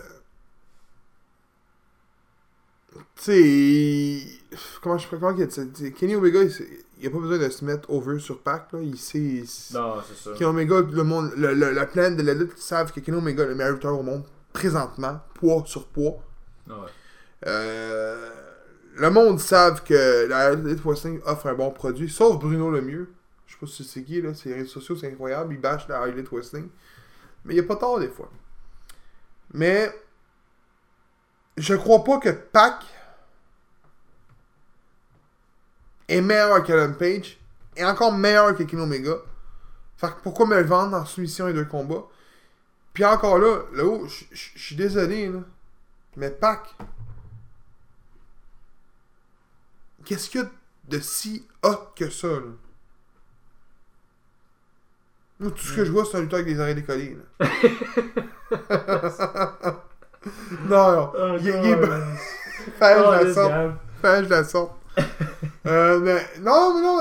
Tu sais. Comment qu'il dit Kenny Omega, il a pas besoin de se mettre over sur Pac, là. Il sait. Non, c'est ça. Kenny Omega, le monde, la planète de la lutte, ils savent que Kenny Omega est le meilleur lutteur au monde, présentement, poids sur poids. Ouais. Le monde savent que la Elite Wrestling offre un bon produit, sauf Bruno Lemieux. Je sais pas si c'est qui, là. Ses réseaux sociaux, c'est incroyable. Il bâche la Elite Wrestling. Mais il a pas tort, des fois. Mais je crois pas que Pac est meilleur qu'Adam Page et encore meilleur que Kenny Omega. Fait que pourquoi me le vendre en soumission et deux combats? Puis encore là, je suis désolé, là. Mais Pac, qu'est-ce qu'il y a de si hot que ça, là? Moi, tout ce que je vois, c'est un lutteur avec des oreilles décollées, là. non. Il est bon. Fais, je la sorte. Mais, non.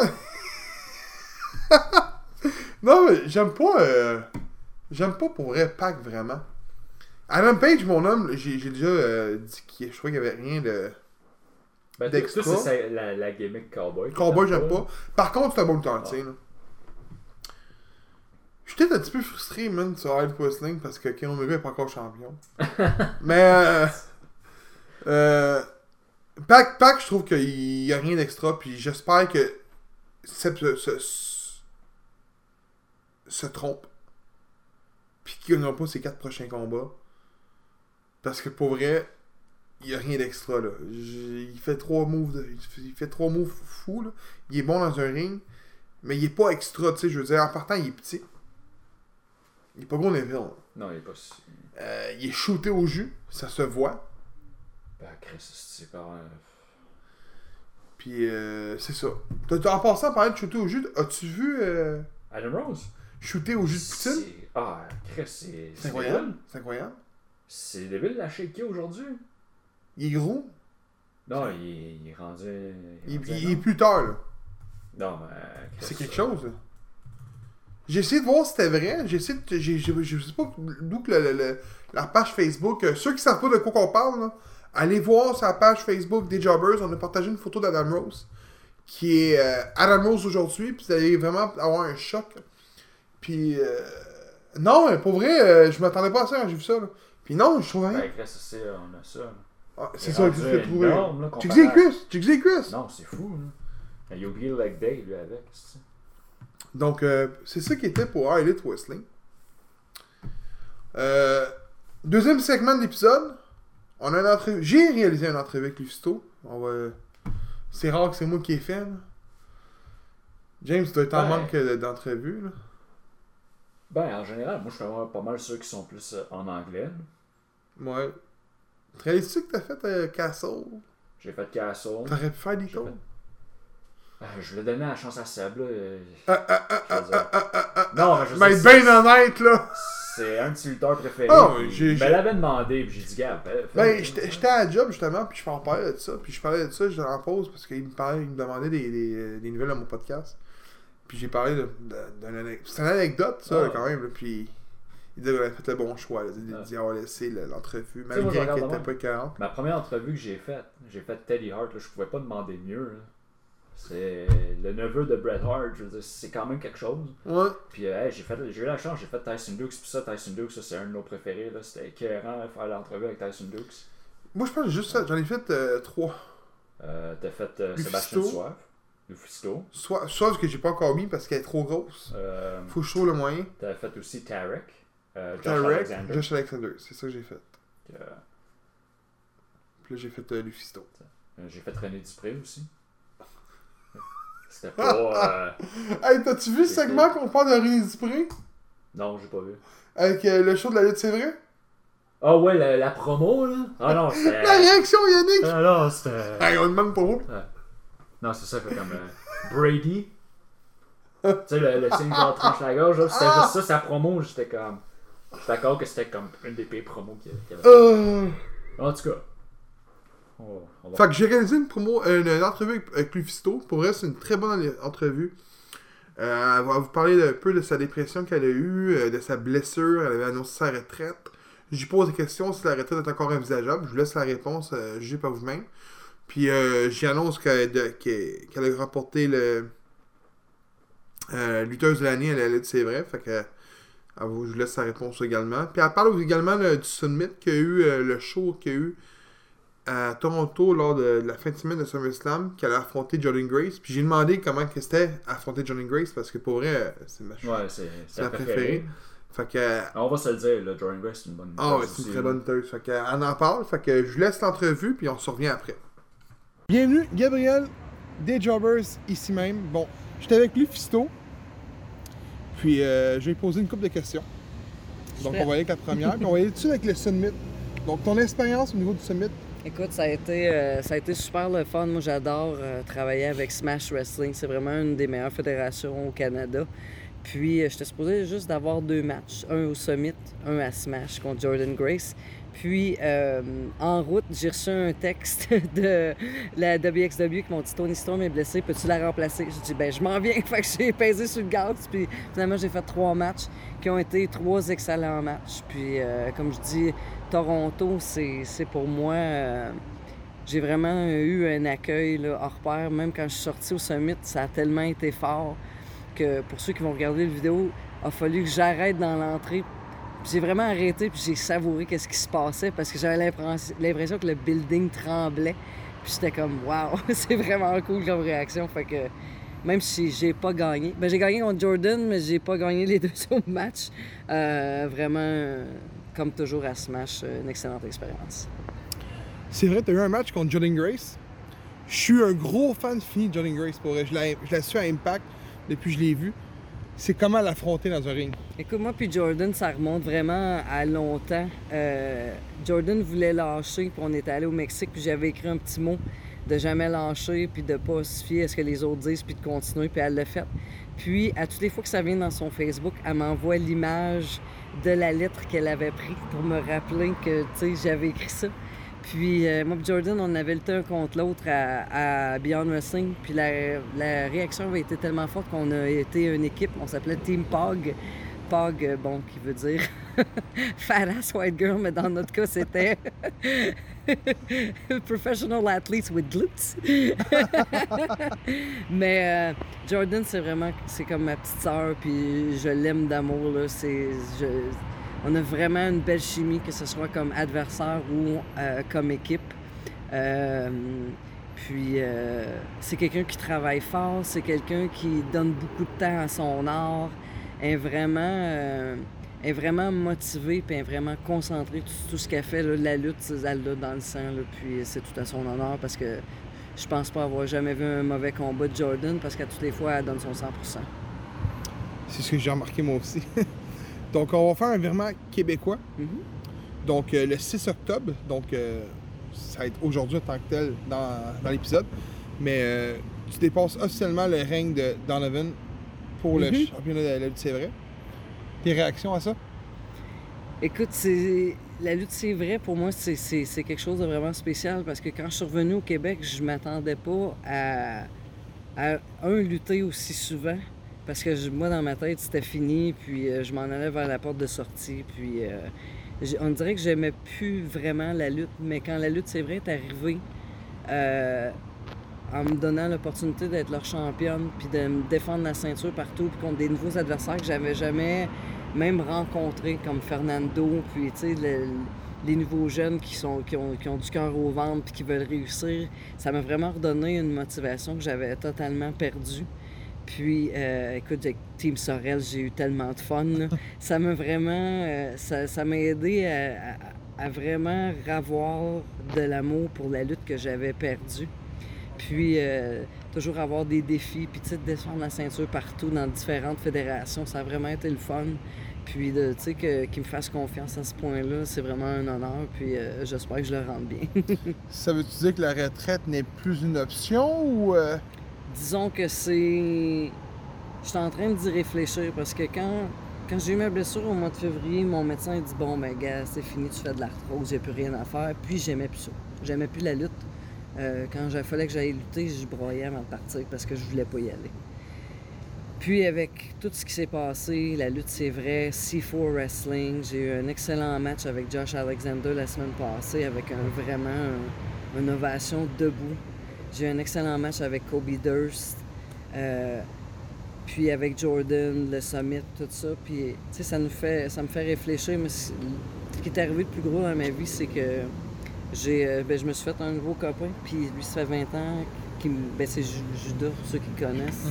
Non, mais j'aime pas pour vrai Pac, vraiment. Adam Page, mon homme, j'ai déjà dit je trouvais qu'il n'y avait rien de. Ben, d'extra. Ça, c'est la gimmick cowboy. Cowboy, j'aime pas. Par contre, c'est un bon lutteur, tu sais, là. Je suis peut-être un petit peu frustré, man, sur Elite Wrestling parce que Kenny Omega n'est pas encore champion. Mais, Pac, je trouve qu'il n'y a rien d'extra, puis j'espère que Seb se trompe, puis qu'il n'aura pas ses 4 prochains combats. Parce que pour vrai, il n'y a rien d'extra, là. Il fait 3 moves, il fait 3 moves fous, là. Il est bon dans un ring, mais il est pas extra, tu sais, je veux dire, en partant, il est petit. Il est pas gros Neville. Non, il est pas si. Il est shooté au jus, ça se voit. Ben, Chris, c'est pas. Puis, c'est ça. En passant à parler de shooter au jus, as-tu vu Adam Rose? Shooter au jus de poutine? Ah, Chris, c'est incroyable. C'est incroyable. C'est débile de la shaker aujourd'hui. Il est gros. Non, il est rendu. Il est plus tard, là. Non, mais. C'est quelque chose, là. J'ai essayé de voir si c'était vrai. Je sais pas d'où que la page Facebook. Ceux qui savent pas de quoi qu'on parle, là, allez voir sur la page Facebook des Jobbers. On a partagé une photo d'Adam Rose. Qui est Adam Rose aujourd'hui. Puis vous allez vraiment avoir un choc. Puis non, pour vrai, je m'attendais pas à ça quand j'ai vu ça. Là. Puis non, je trouve rien. Ben, Chris, on a ça. Là. Ah, c'est ça que je l'ai trouvé. Énorme, là, Check les cuisses! Check les cuisses! Non, c'est fou. Là. Il a oublié le leg day, lui, avec. Donc, c'est ça qui était pour Elite Wrestling. Deuxième segment de l'épisode. On a une entrevue. J'ai réalisé une entrevue avec Lufisto. C'est rare que c'est moi qui ai fait. Là. James, tu dois être en manque d'entrevues. Là. Ben, en général, moi, je fais pas mal ceux qui sont plus en anglais. Là. Ouais. Réalises-tu que t'as fait Castle? J'ai fait Castle. T'aurais pu faire des tours? Je voulais donner la chance à Seb, là. Non, mais bien honnête, là! C'est un de ses lutteurs préférés. Oh, il me l'avait demandé, puis j'ai dit, gars, ben, j'étais à la job, justement, puis je parlais de ça. Puis je parlais de ça, j'étais en pause, parce qu'il me demandait des nouvelles à mon podcast. Puis j'ai parlé d'une anecdote. C'est une anecdote, ça, quand même, là, puis... Il disait qu'on avait fait le bon choix. Il dit avoir laissé l'entrevue, malgré qu'elle n'était pas 40. Ma première entrevue que j'ai faite Teddy Hart, là, je pouvais pas demander mieux. Là. C'est le neveu de Bret Hart, je veux dire, c'est quand même quelque chose. Ouais. Puis j'ai eu la chance, j'ai fait Tyson Dukes, puis ça, Tyson Dukes, ça, c'est un de nos préférés. Là. C'était écœurant de faire l'entrevue avec Tyson Dukes. Moi, je pense que juste ça, j'en ai fait 3. T'as fait Sébastien Soif, Lufisto. Soif que j'ai pas encore mis parce qu'elle est trop grosse. Faut que je trouve le moyen. T'as fait aussi Tarek. Josh Alexander, c'est ça que j'ai fait. Puis là, j'ai fait Lufisto. J'ai fait René Dupré aussi. C'était pas. Hey, t'as-tu vu ce segment qu'on parle de René Dupré? Non, j'ai pas vu. Avec le show de la lutte, c'est vrai? Ah ouais, la promo, là? Ah non, c'était. La réaction, Yannick! Ah non, c'était. Hey, on demande pas où. Non, c'est ça, fait comme Brady. Tu sais, le signe qu'on tranche la gorge, là, c'était juste ça, sa promo, j'étais comme. Je suis d'accord que c'était comme une des pires promos qu'il y avait. En tout cas. Fait que j'ai réalisé une entrevue avec Lufisto. Pour vrai, c'est une très bonne entrevue. Elle va vous parler un peu de sa dépression qu'elle a eue, de sa blessure. Elle avait annoncé sa retraite. J'y pose des questions si la retraite est encore envisageable. Je vous laisse la réponse, jugez par vous-même. Puis j'y annonce qu'elle a remporté le lutteuse de l'année à la lutte, c'est vrai. Fait que je vous laisse sa réponse également. Puis elle parle également du Summit qu'il y a eu, le show qu'il y a eu à Toronto lors de la fin de semaine de SummerSlam, qu'elle a affronté Jordan Grace. Puis j'ai demandé comment c'était affronter Jordan Grace parce que pour vrai, c'est ma préférée. Fait que, on va se le dire, là, Jordan Grace c'est une bonne lutteuse. Ah ouais, c'est une très bonne lutteuse. Fait que, on en parle. Fait que je vous laisse l'entrevue puis on se revient après. Bienvenue, Gabriel, des Jobbers, ici même. Bon, j'étais avec Lufisto. Puis je vais lui poser une couple de questions. Donc on va aller avec la première. Puis on va aller dessus avec le Summit. Donc ton expérience au niveau du Summit? Écoute, ça a été super le fun. Moi, j'adore travailler avec Smash Wrestling. C'est vraiment une des meilleures fédérations au Canada. Puis, j'étais supposé juste d'avoir 2 matchs. Un au Summit, un à Smash contre Jordan Grace. Puis, en route, j'ai reçu un texte de la WXW qui m'ont dit « Toni Storm est blessée, peux-tu la remplacer? » J'ai dit « Ben, je m'en viens. » Fait que j'ai pesé sur le gaz. Puis, finalement, j'ai fait 3 matchs qui ont été 3 excellents matchs. Puis, comme je dis, Toronto, c'est pour moi... j'ai vraiment eu un accueil là, hors pair. Même quand je suis sortie au Summit, ça a tellement été fort que pour ceux qui vont regarder la vidéo, il a fallu que j'arrête dans l'entrée. J'ai vraiment arrêté puis j'ai savouré qu'est-ce qui se passait parce que j'avais l'impression que le building tremblait. Puis j'étais comme « Wow! » C'est vraiment cool comme réaction. Fait que même si j'ai pas gagné... Ben j'ai gagné contre Jordan, mais j'ai pas gagné les 2 autres matchs. Vraiment, comme toujours à Smash, une excellente expérience. C'est vrai, tu as eu un match contre Jordan Grace. Je suis un gros fan fini de Jordan Grace. Pour je la suis à Impact depuis que je l'ai vu. C'est comment l'affronter dans un ring? Écoute, moi puis Jordan, ça remonte vraiment à longtemps. Jordan voulait lâcher, puis on était allé au Mexique, puis j'avais écrit un petit mot de jamais lâcher, puis de pas se fier à ce que les autres disent, puis de continuer, puis elle l'a fait. Puis, à toutes les fois que ça vient dans son Facebook, elle m'envoie l'image de la lettre qu'elle avait prise pour me rappeler que, tu sais, j'avais écrit ça. Puis moi et Jordan, on avait lutté un contre l'autre à Beyond Wrestling. Puis la réaction avait été tellement forte qu'on a été une équipe. On s'appelait Team Pog. Pog, bon, qui veut dire Fat Ass White Girl, mais dans notre cas, c'était Professional Athletes with Glutes. Mais Jordan, c'est comme ma petite sœur, puis je l'aime d'amour, là. on a vraiment une belle chimie, que ce soit comme adversaire ou comme équipe. C'est quelqu'un qui travaille fort, c'est quelqu'un qui donne beaucoup de temps à son art, est vraiment motivée puis est vraiment concentrée sur tout ce qu'elle fait. Là, la lutte, elle l'a dans le sang, là, puis c'est tout à son honneur parce que je pense pas avoir jamais vu un mauvais combat de Jordan parce qu'à toutes les fois, elle donne son 100%. C'est ce que j'ai remarqué moi aussi. Donc, on va faire un virement québécois. Mm-hmm. Donc, le 6 octobre, donc ça va être aujourd'hui en tant que tel dans l'épisode. Mais tu dépasses officiellement le règne de Donovan pour le championnat de la lutte, c'est vrai. Tes réactions à ça? Écoute, la lutte, c'est vrai, pour moi, c'est quelque chose de vraiment spécial parce que quand je suis revenu au Québec, je m'attendais pas à lutter aussi souvent parce que moi, dans ma tête, c'était fini, puis je m'en allais vers la porte de sortie, puis on dirait que j'aimais plus vraiment la lutte, mais quand la lutte, c'est vrai, est arrivée en me donnant l'opportunité d'être leur championne, puis de me défendre la ceinture partout, puis contre des nouveaux adversaires que j'avais jamais même rencontrés, comme Fernando, puis tu sais, les nouveaux jeunes qui ont du cœur au ventre puis qui veulent réussir, ça m'a vraiment redonné une motivation que j'avais totalement perdue. Puis, écoute, avec Team Sorel, j'ai eu tellement de fun, là. Ça m'a vraiment... ça m'a aidé à vraiment ravoir de l'amour pour la lutte que j'avais perdue. Puis, toujours avoir des défis, puis tu sais, de descendre la ceinture partout dans différentes fédérations, ça a vraiment été le fun. Puis, tu sais, qu'ils me fassent confiance à ce point-là, c'est vraiment un honneur, puis j'espère que je le rende bien. Ça veut-tu dire que la retraite n'est plus une option ou... Disons que c'est... Je suis en train d'y réfléchir parce que quand j'ai eu ma blessure au mois de février, mon médecin a dit « Bon, ben gars, c'est fini, tu fais de l'arthrose, il n'y a plus rien à faire. » Puis j'aimais plus ça. J'aimais plus la lutte. Quand il fallait que j'aille lutter, je broyais avant de partir parce que je voulais pas y aller. Puis avec tout ce qui s'est passé, la lutte c'est vrai, C4 Wrestling, j'ai eu un excellent match avec Josh Alexander la semaine passée avec une ovation debout. J'ai eu un excellent match avec Kobe Durst, puis avec Jordan, le Summit, tout ça. Puis, tu sais, ça me fait réfléchir. Mais ce qui est arrivé de plus gros dans ma vie, c'est que je me suis fait un nouveau copain. Puis lui, ça fait 20 ans, c'est Judas, pour ceux qui connaissent,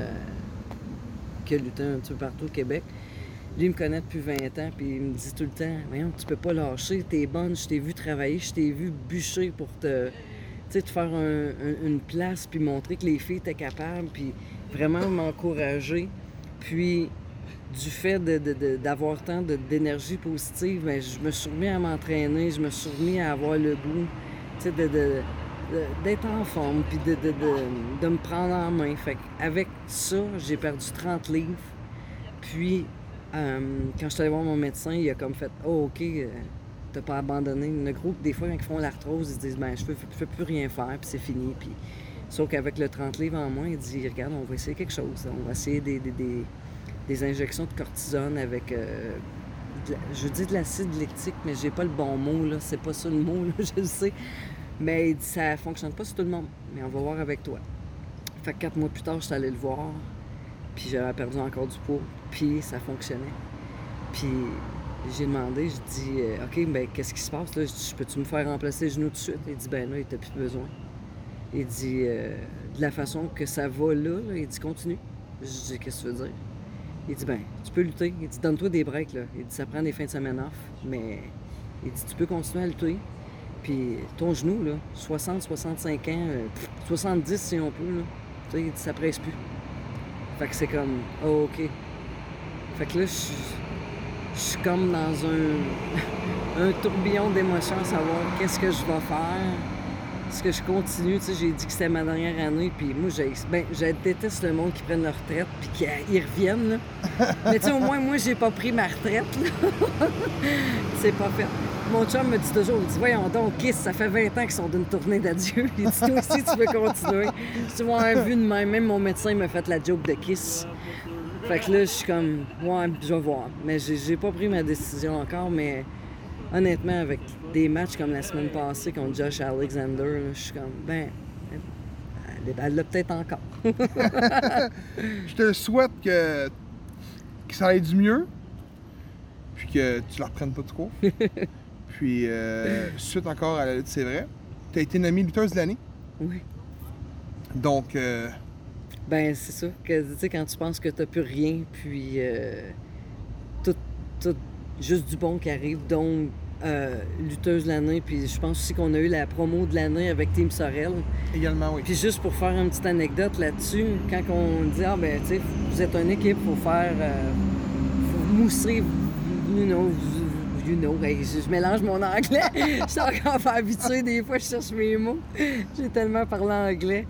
qui a lutté un petit peu partout au Québec. Lui, il me connaît depuis 20 ans, puis il me dit tout le temps « Voyons, tu peux pas lâcher, t'es bonne, je t'ai vu travailler, je t'ai vu bûcher pour te faire une place, puis montrer que les filles étaient capables, puis vraiment m'encourager. Puis, du fait d'avoir tant d'énergie positive, bien, je me suis remis à m'entraîner, je me suis remis à avoir le goût, d'être en forme, puis de me prendre en main. Fait qu'avec ça, j'ai perdu 30 livres. Puis, quand je suis allé voir mon médecin, il a comme fait « Oh, OK, t'as pas abandonné. » Le groupe, des fois, quand ils font l'arthrose, ils disent « Ben, je peux plus rien faire, puis c'est fini. » Puis, sauf qu'avec le 30 livres en moins, il dit « Regarde, on va essayer quelque chose. On va essayer des injections de cortisone avec, je dis de l'acide lactique, mais j'ai pas le bon mot, là. C'est pas ça le mot, là, je le sais. Mais il dit « Ça fonctionne pas sur tout le monde, mais on va voir avec toi. » Fait que 4 mois plus tard, je suis allé le voir, puis j'avais perdu encore du poids, puis ça fonctionnait. Puis j'ai demandé, je dis « OK, ben qu'est-ce qui se passe, là? » Je dis « Peux-tu me faire remplacer les genoux tout de suite? » Il dit « Ben là, il t'a plus besoin. » Il dit « De la façon que ça va là, il dit « Continue. » Je dis « Qu'est-ce que tu veux dire? » Il dit « Ben, tu peux lutter. » Il dit « Donne-toi des breaks, là. » Il dit « Ça prend des fins de semaine off, mais il dit « Tu peux continuer à lutter. Puis ton genou, là, 60, 65 ans, 70 si on peut, là. » Tu sais, il dit « Ça presse plus. » Fait que c'est comme « Oh, OK. » Fait que là, je suis comme dans un tourbillon d'émotions à savoir qu'est-ce que je vais faire. Est-ce que je continue? Tu sais, j'ai dit que c'était ma dernière année, puis moi, je déteste le monde qui prenne leur retraite puis qu'ils reviennent, là. Mais tu sais, au moins, moi, j'ai pas pris ma retraite, là. C'est pas fait. Mon chum me dit toujours, il dit « Voyons donc, Kiss, ça fait 20 ans qu'ils sont d'une tournée d'adieu. » Il dit « Toi aussi, tu veux continuer. » Tu vois, vu de même mon médecin m'a fait la joke de Kiss. Fait que là, je suis comme, ouais, je vais voir. Mais j'ai pas pris ma décision encore, mais honnêtement, avec des matchs comme la semaine passée contre Josh Alexander, là, je suis comme, ben, elle l'a peut-être encore. Je te souhaite que ça aille du mieux. puis que tu la reprennes pas tout court. Puis, suite encore à la lutte, c'est vrai, tu as été nommée lutteuse de l'année. Oui. Donc, Ben, c'est ça. Que, tu sais, quand tu penses que t'as plus rien, puis tout juste du bon qui arrive, donc lutteuse de l'année, puis je pense aussi qu'on a eu la promo de l'année avec Team Sorel. également, oui. Puis juste pour faire une petite anecdote là-dessus, quand on dit, ah ben, tu sais, vous êtes une équipe, faut faire, faut mousser, hey, je mélange mon anglais. Je suis encore pas habituée, des fois je cherche mes mots. J'ai tellement parlé anglais.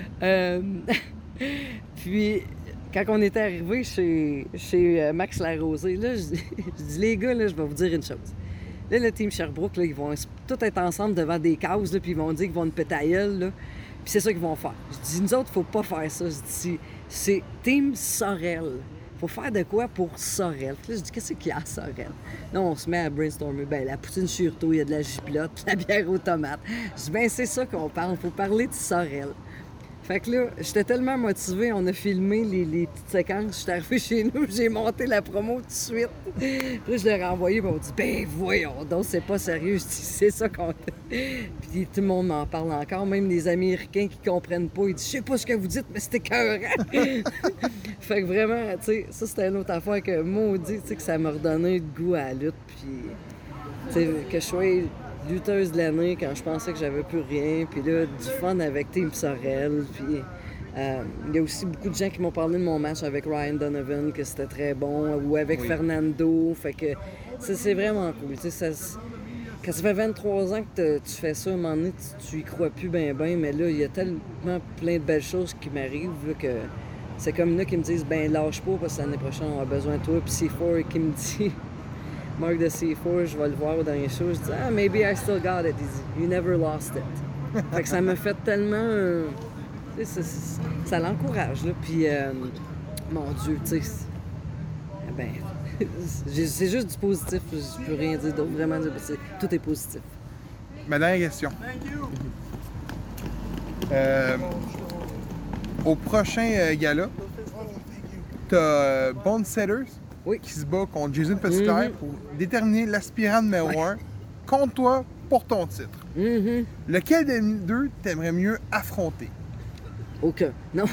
Puis, quand on était arrivé chez Max Larosé, là, je dis, les gars, là, je vais vous dire une chose. Là, le team Sherbrooke, là, ils vont tous être ensemble devant des cases, là, puis ils vont dire qu'ils vont nous péter la gueule, là. Puis c'est ça qu'ils vont faire. Je dis, nous autres, faut pas faire ça. Je dis, c'est Team Sorel. Faut faire de quoi pour Sorel. Puis là, je dis, qu'est-ce qu'il y a à Sorel? Là, on se met à brainstormer. Ben, la poutine surtout, il y a de la giblotte, puis la bière aux tomates. Je dis, ben, c'est ça qu'on parle. Faut parler de Sorel. Fait que là, j'étais tellement motivée, on a filmé les petites séquences. J'étais arrivée chez nous, j'ai monté la promo tout de suite. Puis là, je l'ai renvoyé, puis on dit, ben voyons donc, c'est pas sérieux. Je dis, c'est ça qu'on. Puis tout le monde m'en parle encore, même les Américains qui comprennent pas. Ils disent, je sais pas ce que vous dites, mais c'était écœurant. Fait que vraiment, tu sais, ça c'était une autre affaire que maudit, tu sais, que ça m'a redonné le goût à la lutte. Puis, tu sais, que je sois lutteuse de l'année quand je pensais que j'avais plus rien, puis là, du fun avec Team Sorel, puis il y a aussi beaucoup de gens qui m'ont parlé de mon match avec Ryan Donovan, que c'était très bon, ou avec Fernando, fait que c'est vraiment cool, tu sais, quand ça fait 23 ans que tu fais ça, à un moment donné, tu y crois plus ben, mais là, il y a tellement plein de belles choses qui m'arrivent, là, que c'est comme là qui me disent, ben lâche pas, parce que l'année prochaine, on a besoin de toi, puis C4 qui me dit... Marc de C4, je vais le voir au dernier show, je dis « Ah, maybe I still got it ». Il dit « You never lost it ». Fait que ça m'a fait tellement... ça l'encourage, là. Puis, mon Dieu, tu sais... Ben, c'est juste du positif, je peux rien dire d'autre. Vraiment, tout est positif. Ma dernière question. Au prochain gala, t'as Bone Setters qui se bat contre Jason Petitclerc pour déterminer l'aspirant numéro 1 contre toi pour ton titre. Lequel des deux t'aimerais mieux affronter? Aucun. Non.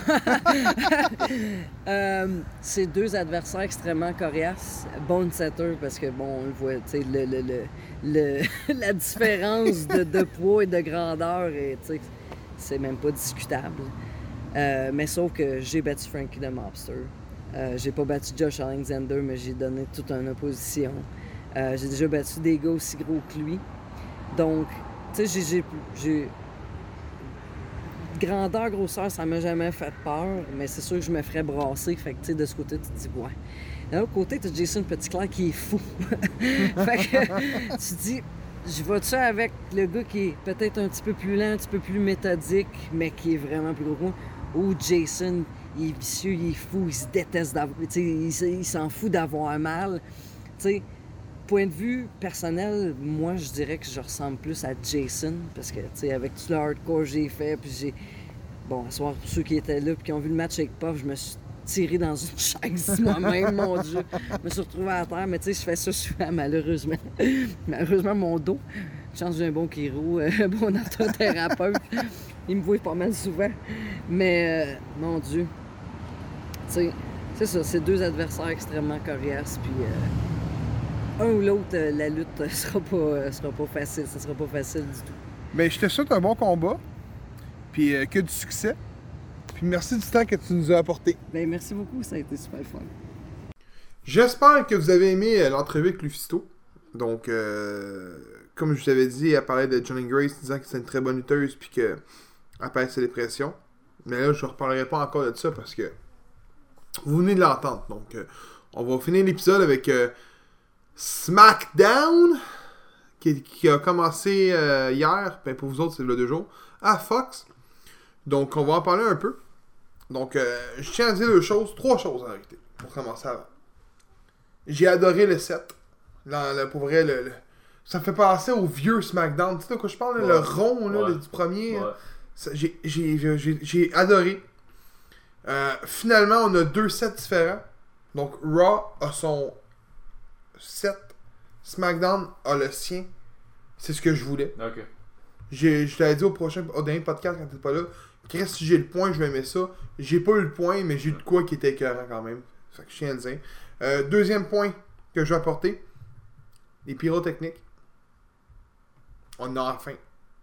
C'est deux adversaires extrêmement coriaces. Bone Setter, parce que, bon, on le voit, tu sais, la différence de poids et de grandeur, et, tu sais, c'est même pas discutable. Mais sauf que j'ai battu Frankie the Mobster. J'ai pas battu Josh Alexander, mais j'ai donné toute une opposition. J'ai déjà battu des gars aussi gros que lui. Donc, tu sais, j'ai... Grandeur, grosseur, ça m'a jamais fait peur, mais c'est sûr que je me ferais brasser. Fait que, tu sais, de ce côté, tu te dis, ouais. De l'autre côté, tu as Jason Petitclerc qui est fou. Fait que, tu te dis, je vais-tu avec le gars qui est peut-être un petit peu plus lent, un petit peu plus méthodique, mais qui est vraiment plus gros que moi, ou Jason, il est vicieux, il est fou, il se déteste d'avoir... Tu sais, il s'en fout d'avoir mal. Tu sais, point de vue personnel, moi, je dirais que je ressemble plus à Jason, parce que, tu sais, avec tout le hardcore que j'ai fait, puis j'ai... Bon, à soir, tous ceux qui étaient là, puis qui ont vu le match avec Puff, je me suis tiré dans une chaise moi-même, mon Dieu. Je me suis retrouvé à terre, mais tu sais, je fais ça souvent, malheureusement. Malheureusement, mon dos. Chance, j'ai un bon chiro, un bon orthothérapeute. Il me voit pas mal souvent. Mais, mon Dieu. Tu sais, c'est ça, c'est deux adversaires extrêmement coriaces, puis un ou l'autre, la lutte sera pas facile. Ça sera pas facile du tout. Ben, je te souhaite un bon combat, puis que du succès. Puis merci du temps que tu nous as apporté. Ben, merci beaucoup, ça a été super fun. J'espère que vous avez aimé l'entrevue avec Lufisto. Donc, comme je vous avais dit, elle parlait de Johnny Grace, disant que c'est une très bonne lutteuse, puis qu'elle perd ses dépressions. Mais là, je ne reparlerai pas encore de ça parce que vous venez de l'entendre. Donc, on va finir l'épisode avec SmackDown, qui a commencé hier. Ben, pour vous autres, c'est le 2 jours. À Fox. Donc, on va en parler un peu. Donc, je tiens à dire trois choses en réalité, pour commencer avant. J'ai adoré le set. Pour vrai, ça me fait penser au vieux SmackDown. Tu sais de quoi je parle? Le rond là, du premier. Ouais. J'ai adoré. Finalement, on a deux sets différents. Donc, Raw a son set SmackDown a le sien. C'est ce que je voulais. Ok. Je t'avais dit au dernier podcast quand t'étais pas là, Chris, si j'ai le point, je vais aimer ça. J'ai pas eu le point, mais j'ai eu de quoi qui était écœurant quand même. Fait que je tiens à le dire. Deuxième point que je vais apporter, les pyrotechniques. On a enfin.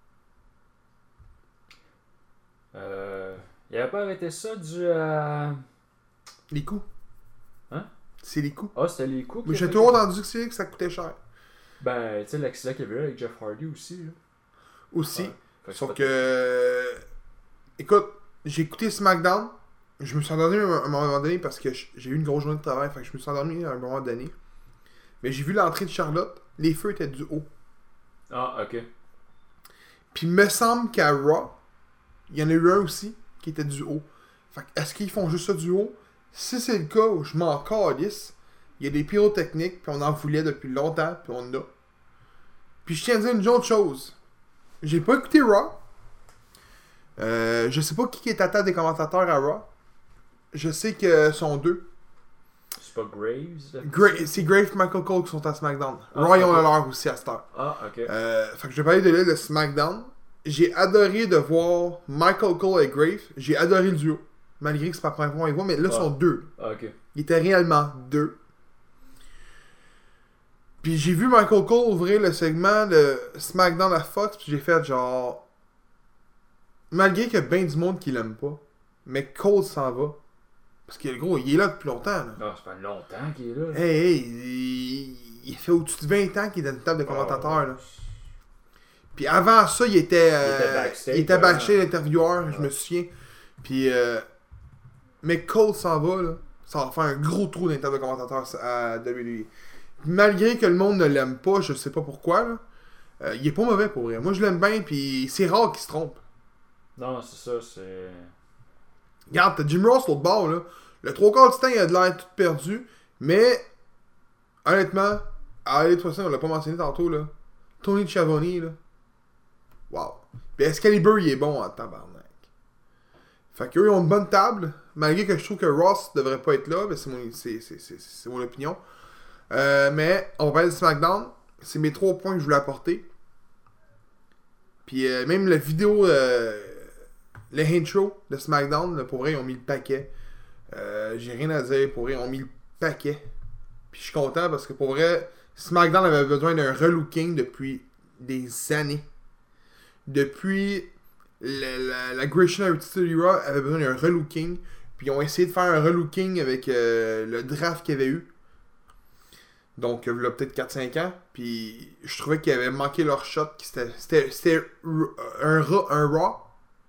Il avait pas arrêté ça du. Les coups. Hein? C'est les coups. Ah, c'était les coups. Mais j'ai toujours entendu que ça coûtait cher. Ben, tu sais, l'accident qu'il y avait eu avec Jeff Hardy aussi. Là. Aussi. Ouais. Sauf que. Écoute, j'ai écouté SmackDown. Je me suis endormi à un moment donné parce que j'ai eu une grosse journée de travail. Fait que je me suis endormi à un moment donné. Mais j'ai vu l'entrée de Charlotte. Les feux étaient du haut. Ah, ok. Puis il me semble qu'à Raw, il y en a eu un aussi qui était du haut. Fait que est-ce qu'ils font juste ça du haut? Si c'est le cas, je m'en calisse. Il y a des pyrotechniques, puis on en voulait depuis longtemps, puis on en a. Puis je tiens à dire une autre chose. J'ai pas écouté Raw. Je sais pas qui est à table des commentateurs à Raw. Je sais que sont deux. C'est pas Graves? C'est Grave et Michael Cole qui sont à SmackDown. Ah, Raw, ils ont ok. leur aussi à cette heure. Ah, ok. Fait que je vais parler de l'île de SmackDown. J'ai adoré de voir Michael Cole et Grave. J'ai adoré le duo. Malgré que c'est pas la première fois qu'on les voit, mais là, ils sont deux. Ah, ok. Ils étaient réellement deux. Puis j'ai vu Michael Cole ouvrir le segment de SmackDown à Fox, puis j'ai fait genre... Malgré qu'il y a bien du monde qui l'aime pas, mais Cole s'en va. Parce que le gros, il est là depuis longtemps. Là. Non, ça fait longtemps qu'il est là. Il fait au-dessus de 20 ans qu'il est dans une table de commentateurs. Là. Puis avant ça, il était backstage, l'intervieweur, je me souviens. Puis, mais Cole s'en va, là. Ça va faire un gros trou dans les tables de commentateurs à WWE. Malgré que le monde ne l'aime pas, je sais pas pourquoi, là. Il est pas mauvais pour vrai. Moi, je l'aime bien, puis c'est rare qu'il se trompe. Non, c'est ça, c'est... Regarde, t'as Jim Ross l'autre bord, là. Le 3/4 du temps, il a de l'air tout perdu. Mais, honnêtement, allez, de toute façon, on l'a pas mentionné tantôt, là. Tony Schiavone, là. Wow. Puis Excalibur, il est bon en tabarnak. Fait qu'eux, ils ont une bonne table. Malgré que je trouve que Ross devrait pas être là. Ben c'est mon opinion. Mais, on va parler de SmackDown. C'est mes 3 points que je voulais apporter. Puis, même la vidéo... le intro de SmackDown, là, pour vrai, ils ont mis le paquet. J'ai rien à dire, pour vrai, ils ont mis le paquet. Puis je suis content parce que pour vrai, SmackDown avait besoin d'un relooking depuis des années. Depuis la Great Attitude Era avait besoin d'un relooking. Puis ils ont essayé de faire un relooking avec le draft qu'il y avait eu. Donc, il y a peut-être 4-5 ans. Puis je trouvais qu'ils avaient manqué leur shot. C'était un Raw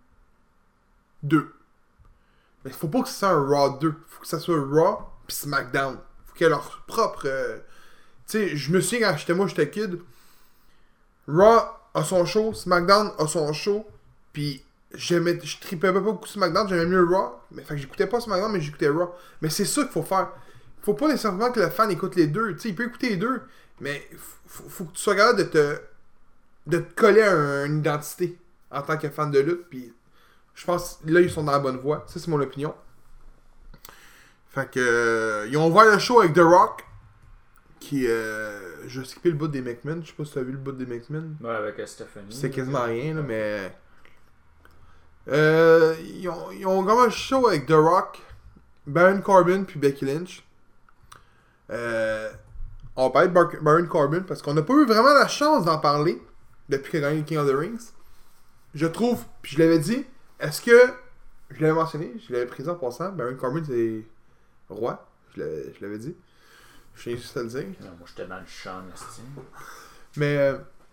2. Mais faut pas que ce soit un Raw 2. Faut que ça soit Raw puis SmackDown. Faut qu'il y ait leur propre... Tu sais, je me souviens quand j'étais kid. Raw a son show, SmackDown a son show. Puis je tripais pas beaucoup SmackDown, j'aimais mieux Raw. Mais fait que j'écoutais pas SmackDown, mais j'écoutais Raw. Mais c'est ça qu'il faut faire. Faut pas nécessairement que le fan écoute les deux. Tu sais, il peut écouter les deux. Mais faut que tu sois capable de te coller à une identité en tant que fan de lutte. Puis je pense là ils sont dans la bonne voie. Ça c'est mon opinion. Fait que ils ont ouvert le show avec The Rock. Qui je skippé le bout des McMahon. Je sais pas si tu as vu le bout des McMahon. Ouais, avec Stephanie. C'est quasiment rien là, mais ils ont vraiment un show avec The Rock, Baron Corbin puis Becky Lynch. On va parler de Baron Corbin parce qu'on n'a pas eu vraiment la chance d'en parler depuis qu'il a gagné le King of the Rings. Je trouve, puis je l'avais dit, est-ce que je l'avais mentionné, je l'avais pris en passant, Baron Corbin c'est roi, je l'avais dit. Je tiens juste à le dire. Non, moi j'étais dans le champ, esti. Mais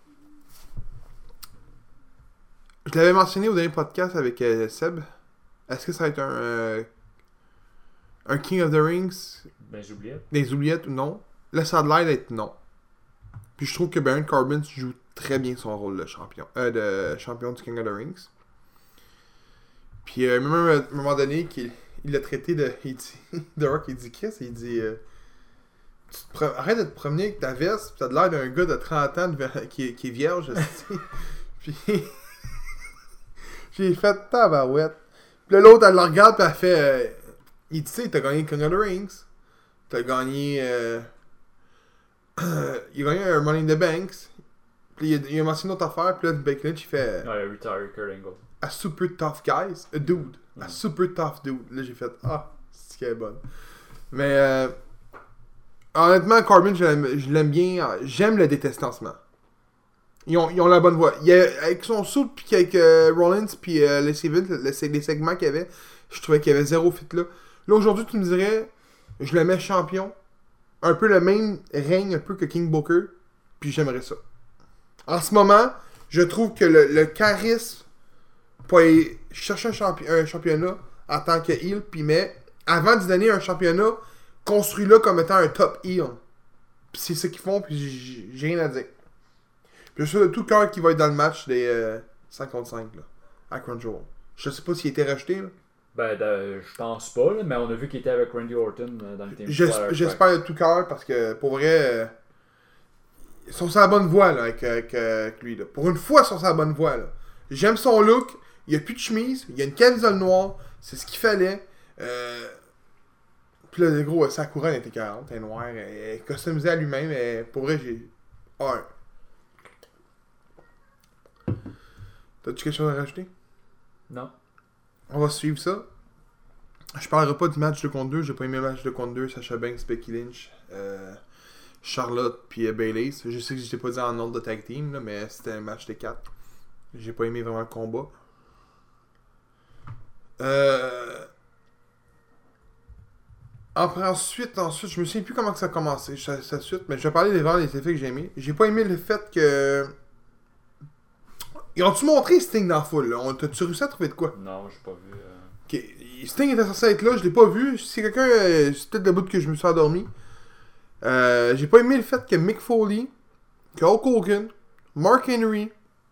je l'avais mentionné au dernier podcast avec Seb. Est-ce que ça va être un King of the Rings Ben j'oubliais. des oubliettes ou non? Là, ça a l'air d'être non. Puis je trouve que Baron Corbin joue très bien son rôle de champion du King of the Rings. Puis même à un moment donné, il l'a traité de... Il dit, The Rock, il dit Chris, il dit... arrête de te promener avec ta veste, pis t'as l'air d'un gars de 30 ans qui est vierge, puis j'ai fait tabarouette. Puis là, l'autre, elle le regarde, pis elle fait... il dit, tu sais, t'as gagné King of the Rings. T'as gagné... il a gagné un Money in the Banks. Puis il a mentionné une autre affaire. Puis là, Becky Lynch, il fait. Ouais, il a retire Kurt Angle. A super tough guys. A dude. A super tough dude. Là, j'ai fait. Ah, c'est qu'elle est bonne. Mais. Honnêtement, Corbin, je l'aime bien. J'aime le détester en ce moment. Ils ont la bonne voix. Avec son saut, puis avec Rollins, puis les segments qu'il y avait, je trouvais qu'il y avait zéro fit là. Là, aujourd'hui, tu me dirais, je le mets champion. Un peu le même règne un peu que King Booker, puis j'aimerais ça. En ce moment, je trouve que le charisme pour aller chercher un championnat en tant que heel, puis mais avant d'y donner un championnat, construis-le comme étant un top heel. Puis c'est ce qu'ils font, puis j'ai rien à dire. Puis je suis sûr de tout cœur qui va être dans le match des 5 contre 5 là, à Crunchyroll. Je sais pas s'il a été racheté. Là. Ben, je pense pas, là, mais on a vu qu'il était avec Randy Orton dans le team. J'espère de tout cœur parce que pour vrai, ils sont sur la bonne voie là, avec lui. Là. Pour une fois, ils sont sur la bonne voie. Là. J'aime son look. Il n'y a plus de chemise. Il y a une camisole noire. C'est ce qu'il fallait. Puis là, le gros, Sakura, elle était 40. Elle est noire. Elle est customisée à lui-même. Et pour vrai, j'ai. Ah. T'as-tu quelque chose à rajouter? Non. On va suivre ça. Je parlerai pas du match 2 contre 2. J'ai pas aimé le match 2 contre 2. Sasha Banks, Becky Lynch, Charlotte, puis Bayley. Je sais que je t'ai pas dit en ordre de tag team, là, mais c'était un match des 4. J'ai pas aimé vraiment le combat. Ensuite, je me souviens plus comment que ça a commencé, cette suite, mais je vais parler des effets que j'ai aimés. J'ai pas aimé le fait que. Ils ont-tu montré Sting dans la foule, là? T'as-tu réussi à trouver de quoi? Non, j'ai pas vu. Ok. Sting était censé être là, je l'ai pas vu. Si quelqu'un. C'est peut-être le bout que je me suis endormi. J'ai pas aimé le fait que Mick Foley, que Hulk Hogan, Mark Henry,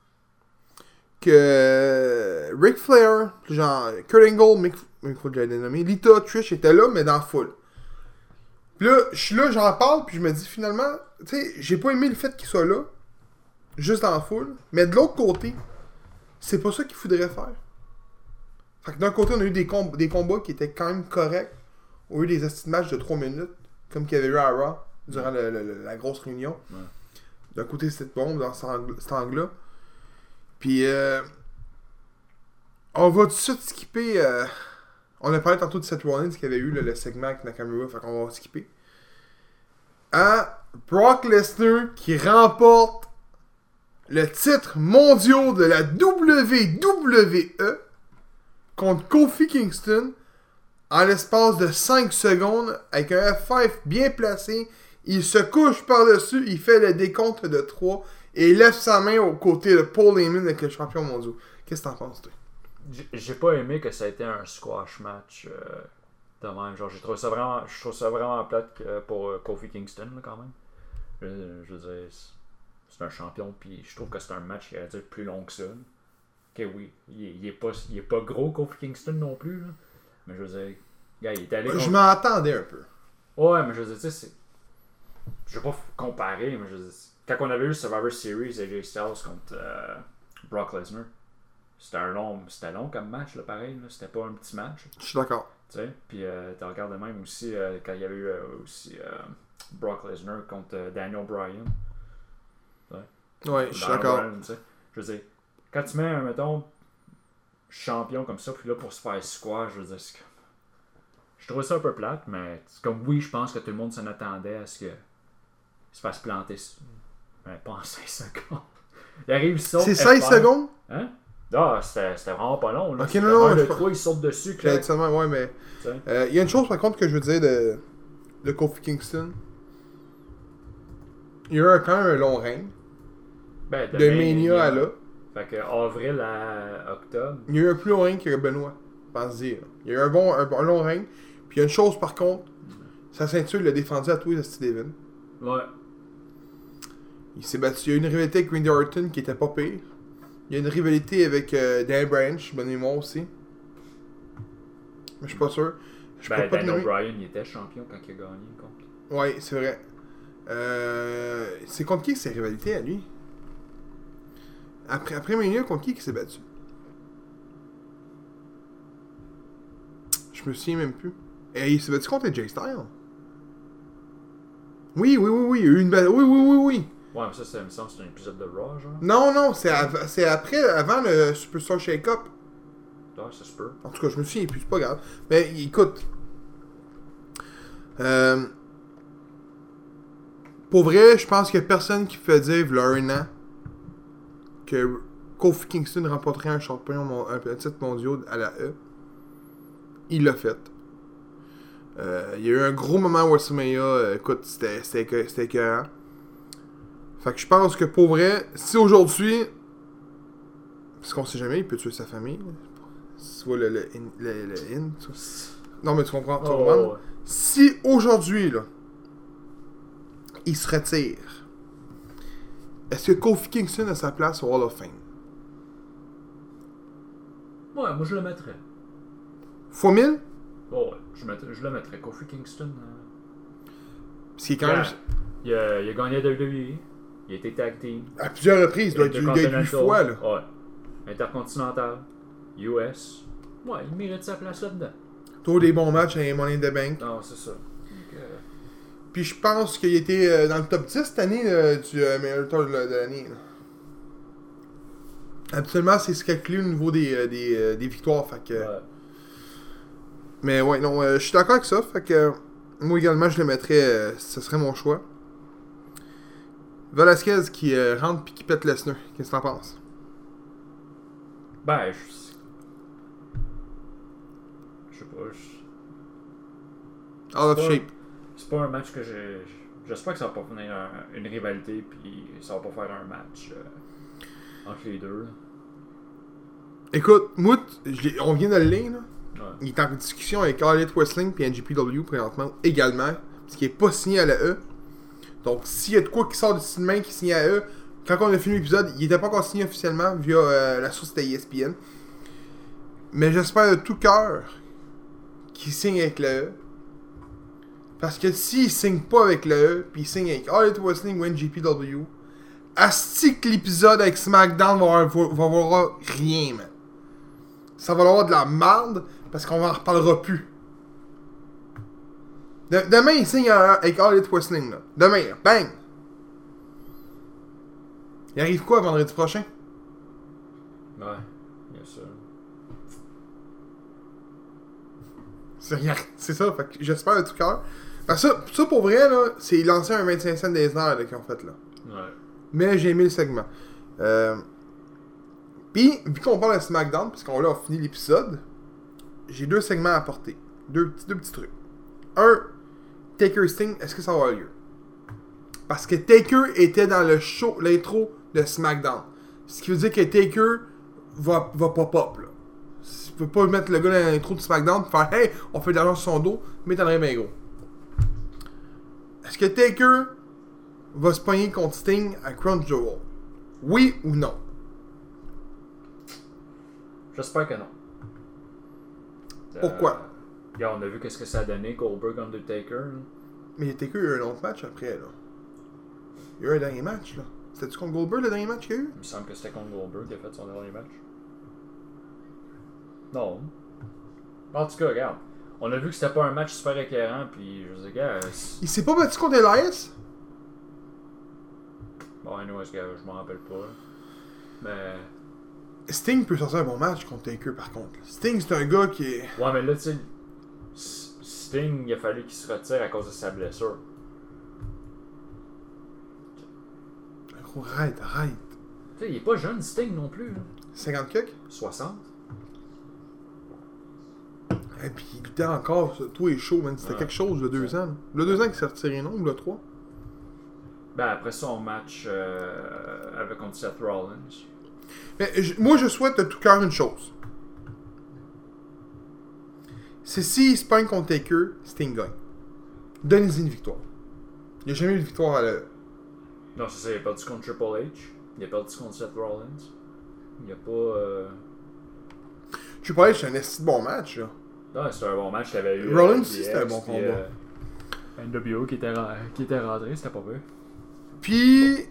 que Ric Flair, genre Kurt Angle, Mick Foley, j'allais nommer, Lita, Trish étaient là, mais dans la foule. Puis là, je suis là, j'en parle, puis je me dis finalement, tu sais, j'ai pas aimé le fait qu'ils soient là, juste dans la foule, mais de l'autre côté, c'est pas ça qu'il faudrait faire. Fait que d'un côté, on a eu des combats qui étaient quand même corrects, au lieu des astuces matchs de 3 minutes, comme qu'il y avait eu à Raw durant la grosse réunion. Ouais. D'un côté, c'était bon dans cet angle-là. Puis, on va tout de suite skipper. On a parlé tantôt de Seth Rollins qui avait eu le segment avec Nakamura, fait qu'on va skipper. À Brock Lesnar qui remporte le titre mondial de la WWE contre Kofi Kingston en l'espace de 5 secondes avec un F5 bien placé. Il se couche par-dessus, il fait le décompte de 3 et il lève sa main aux côtés de Paul Heyman avec le champion mondial. Qu'est-ce que t'en penses, toi? J'ai pas aimé que ça a été un squash match de même. Genre, je trouve ça vraiment plate pour Kofi Kingston, là, quand même. Je veux dire, c'est un champion, puis je trouve que c'est un match qui aurait dû être plus long que ça. Ok, oui, il est pas gros, Kofi Kingston non plus, là. Mais je veux dire, gars, il est allé. Je m'en attendais un peu. Ouais, mais je veux dire, tu sais, je vais pas comparer, mais je veux dire, quand on avait eu Survivor Series, AJ Styles contre Brock Lesnar, c'était long comme match, là, pareil. Là. C'était pas un petit match. Je suis d'accord. Tu sais, puis tu regardes même aussi quand il y avait eu aussi Brock Lesnar contre Daniel Bryan. Ouais, je suis d'accord. Je veux dire, quand tu mets un, mettons, champion comme ça, puis là, pour se faire squash, je veux dire, je trouvais ça un peu plate, mais c'est comme, oui, je pense que tout le monde s'en attendait à ce qu'il se fasse planter. Mais pas en 16 secondes. Il arrive ça. C'est 16 secondes? Hein? Ah, c'était vraiment pas long. Là. Ok, non, le 3, il saute dessus. Ouais, mais. Il y a une chose, par contre, que je veux dire de Kofi Kingston. Il y a eu quand même un long règne. Ben, de Mania à là. Fait que avril à octobre. Il y a eu un plus long règne que Benoît, pense dire. Il y a eu un long règne. Puis il y a une chose, par contre, sa ceinture, il l'a défendu à tous les Steve Evans. Ouais. Il s'est battu. Il y a eu une rivalité avec Randy Orton qui était pas pire. Il y a une rivalité avec Dan Branch, bonne mémoire aussi. Mais je suis pas sûr. Daniel Bryan, il était champion quand il a gagné contre. Ouais, c'est vrai. C'est contre qui ces rivalités à lui? Après Mania, contre qui s'est battu? Je me souviens même plus. Et il s'est battu contre les J Styles. Oui. oui, il y a eu une belle. Oui. Ouais, mais ça, c'est un épisode de Raw, genre. Non, c'est après, avant le Superstar Shake-Up. Ouais, ça se peut. En tout cas, je me souviens plus, c'est pas grave. Mais écoute. Pour vrai, je pense qu'il y a personne qui peut dire, il y a un an, que Kofi Kingston remporterait un titre mondial à la E. Il l'a fait. Il y a eu un gros moment à WrestleMania. Écoute, c'était écœurant. Fait que je pense que pour vrai, si aujourd'hui, parce qu'on sait jamais, il peut tuer sa famille. Tu vois le in. Non, mais tu comprends. Ouais. Si aujourd'hui, là, il se retire, est-ce que Kofi Kingston a sa place au Hall of Fame? Ouais, moi je le mettrais. Fois 1000? Oh, ouais, je le mettrais. Kofi Kingston. Parce qu'il est quand même. Il a gagné à WWE. Il a été tag team. À plusieurs reprises, il doit être 8 fois, là. Ouais. Intercontinental. US. Ouais, il mérite sa place là-dedans. Tous des bons matchs à Money in the Bank. Non, c'est ça. Puis je pense qu'il était dans le top 10 cette année du meilleur lutteur de l'année. Là. Habituellement, c'est ce calculé au niveau des victoires. Fait que... Ouais. Mais ouais, non, je suis d'accord avec ça. Fait que moi également, je le mettrais. Ce serait mon choix. Velasquez qui rentre puis qui pète Lesnar. Qu'est-ce que t'en penses? Ben, je sais pas. Out of shape. C'est pas un match que j'espère que ça va pas finir une rivalité puis ça va pas faire un match entre les deux. Là. Écoute, Mout, on vient de le lire, là. Ouais. Il est en discussion avec All Elite Wrestling et NJPW présentement également, parce qu'il n'est pas signé à la E. Donc, s'il y a de quoi qui sort d'ici demain qui signe à E, quand on a fini l'épisode, il n'était pas encore signé officiellement via la source de ESPN. Mais j'espère de tout cœur qu'il signe avec la E. Parce que s'il signe pas avec la E, puis il signe avec All Elite Wrestling ou NJPW, asti que l'épisode avec SmackDown va avoir rien, man. Ça va avoir de la merde, parce qu'on en reparlera plus. Demain, il signe avec All Elite Wrestling, là. Demain, là. Bang! Il arrive quoi vendredi prochain? Ouais, bien sûr. C'est ça, fait que j'espère de tout cœur. Parce que ça pour vrai, là, c'est lancer un 25 cents des heures qu'ils ont fait, là. Ouais. Mais j'ai aimé le segment. Puis, vu qu'on parle de SmackDown, parce qu'on a fini l'épisode, j'ai deux segments à apporter. Deux petits trucs. Un, Taker Sting, est-ce que ça va avoir lieu? Parce que Taker était dans le show, l'intro de SmackDown. Ce qui veut dire que Taker va pop-up, là. Tu peux pas mettre le gars dans l'intro de SmackDown et faire « Hey, on fait de l'argent sur son dos, mais t'en aurais bien gros. » Est-ce que Taker va se pogner contre Sting à Crown Jewel? Oui ou non? J'espère que non. Pourquoi? On a vu qu'est-ce que ça a donné, Goldberg Undertaker. Là. Mais Taker a eu un autre match après, là. Il y a eu un dernier match, là. C'était-tu contre Goldberg le dernier match qu'il y a eu? Il me semble que c'était contre Goldberg qui a fait son dernier match. Non. En tout cas, regarde. On a vu que c'était pas un match super éclairant, puis je sais, gars. Il s'est pas battu contre Elias? Bon, anyway, je m'en rappelle pas. Mais. Sting peut sortir un bon match contre Taker, par contre. Sting, c'est un gars qui est... Ouais, mais là, tu sais, Sting, il a fallu qu'il se retire à cause de sa blessure. Arrête. Tu sais, il est pas jeune, Sting, non plus. Là. 50 cucks? 60. Et puis il luttait encore, tout est chaud, man. C'était quelque chose, le 2 ans. Le 2 ans qu'il s'est retiré, non? Ou le 3? Ben, après son match avec contre Seth Rollins. Mais moi, je souhaite de tout cœur une chose. C'est s'il se pogne contre Taker, Sting gagne. Donnez-y une victoire. Il n'y a jamais eu de victoire à la... Non, c'est ça, il a perdu contre Triple H. Il a perdu contre Seth Rollins. Il a pas... Triple H, c'est un esti de bon match, là. Non, c'était un bon match qu'il avait eu. Rollins aussi, c'était un bon combat. NWO qui était rentré, c'était pas vrai. Puis...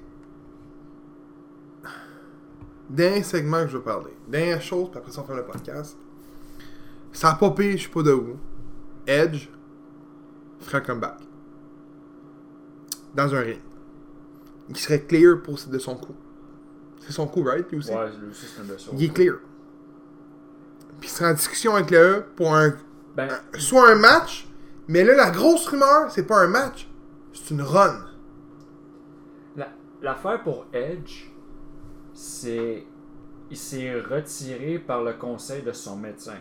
Dernier segment que je veux parler. Dernière chose, puis après ça on fait le podcast. Ça a popé, je sais pas de où. Edge fera un comeback. dans un ring. Il serait clear de son coup. C'est son coup, right? Lui aussi. Ouais, lui aussi, c'est une blessure. Il est clear. Puis il serait en discussion avec le E pour Ben, soit un match, mais là, la grosse rumeur, c'est pas un match, c'est une run. l'affaire pour Edge, c'est... Il s'est retiré par le conseil de son médecin.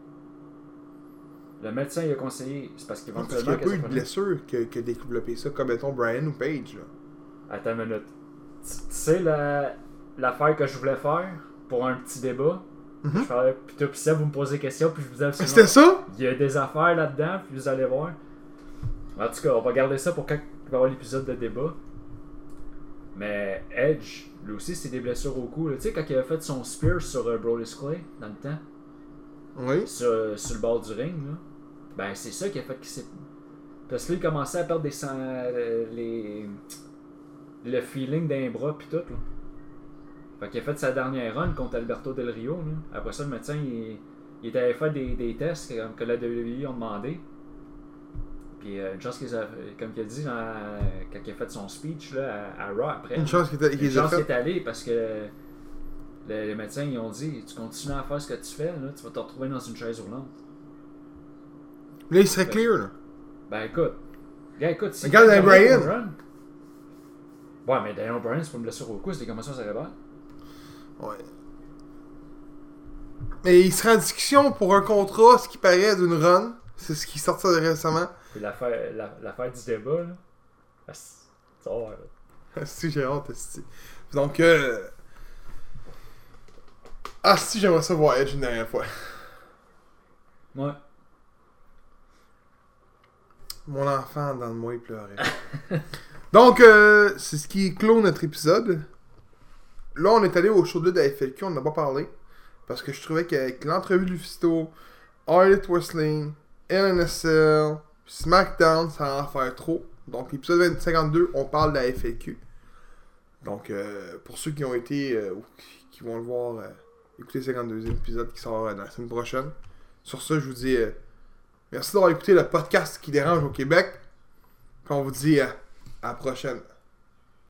Le médecin, il a conseillé... C'est parce Parce qu'il n'y qu'éventuellement... a pas eu de blessure que développé ça, comme mettons Brian ou Page. Là. Attends une minute. Tu sais l'affaire que je voulais faire pour un petit débat? Mhm. Je parlais, puis toi, puis ça, vous me posez des questions, puis je vous disais absolument... C'était ça? Il y a des affaires là-dedans, puis vous allez voir. En tout cas, on va garder ça pour quand il va y avoir l'épisode de débat. Mais Edge, lui aussi, c'est des blessures au cou. Tu sais, quand il a fait son spear sur Brodus Clay, dans le temps, Oui. sur le bord du ring, là, ben c'est ça qui a fait qu'il s'est... Parce que là, il commençait à perdre le feeling d'un bras, puis tout, là. Fait qu'il a fait sa dernière run contre Alberto Del Rio, là. Après ça, le médecin, il était allé faire des tests que la WWE ont demandé. Puis une chance comme il a dit quand il a fait son speech là, à Raw après. Une chance qu'il Une chance qu'il fait. est allé parce que les médecins ils ont dit tu continues à faire ce que tu fais, là, tu vas te retrouver dans une chaise roulante. Là, il serait clear, là. Ben écoute. Si Regarde Daniel Bryan. Ouais, mais Daniel Bryan, c'est pas une blessure au cou, c'est des commotions cérébrales. Ouais. Mais il serait en discussion pour un contrat, ce qui paraît d'une run. C'est ce qui sortit récemment. Puis l'affaire du débat, là. Ça va, là. Si, j'ai hâte, esti. Donc, si, j'aimerais ça voir Edge une dernière fois. Ouais. Mon enfant dans le moi, il pleurait. Donc, c'est ce qui clôt notre épisode. Là, on est allé au show de lutte de la FLQ, on n'en a pas parlé. Parce que je trouvais qu'avec l'entrevue de Lufisto, All Elite Wrestling, LNSL, SmackDown, ça va en faire trop. Donc, l'épisode 52, on parle de la FLQ. Donc, pour ceux qui ont été, ou qui vont le voir, écoutez le 52e épisode qui sort dans la semaine prochaine. Sur ça, je vous dis merci d'avoir écouté le podcast qui dérange au Québec. Puis on vous dit à la prochaine.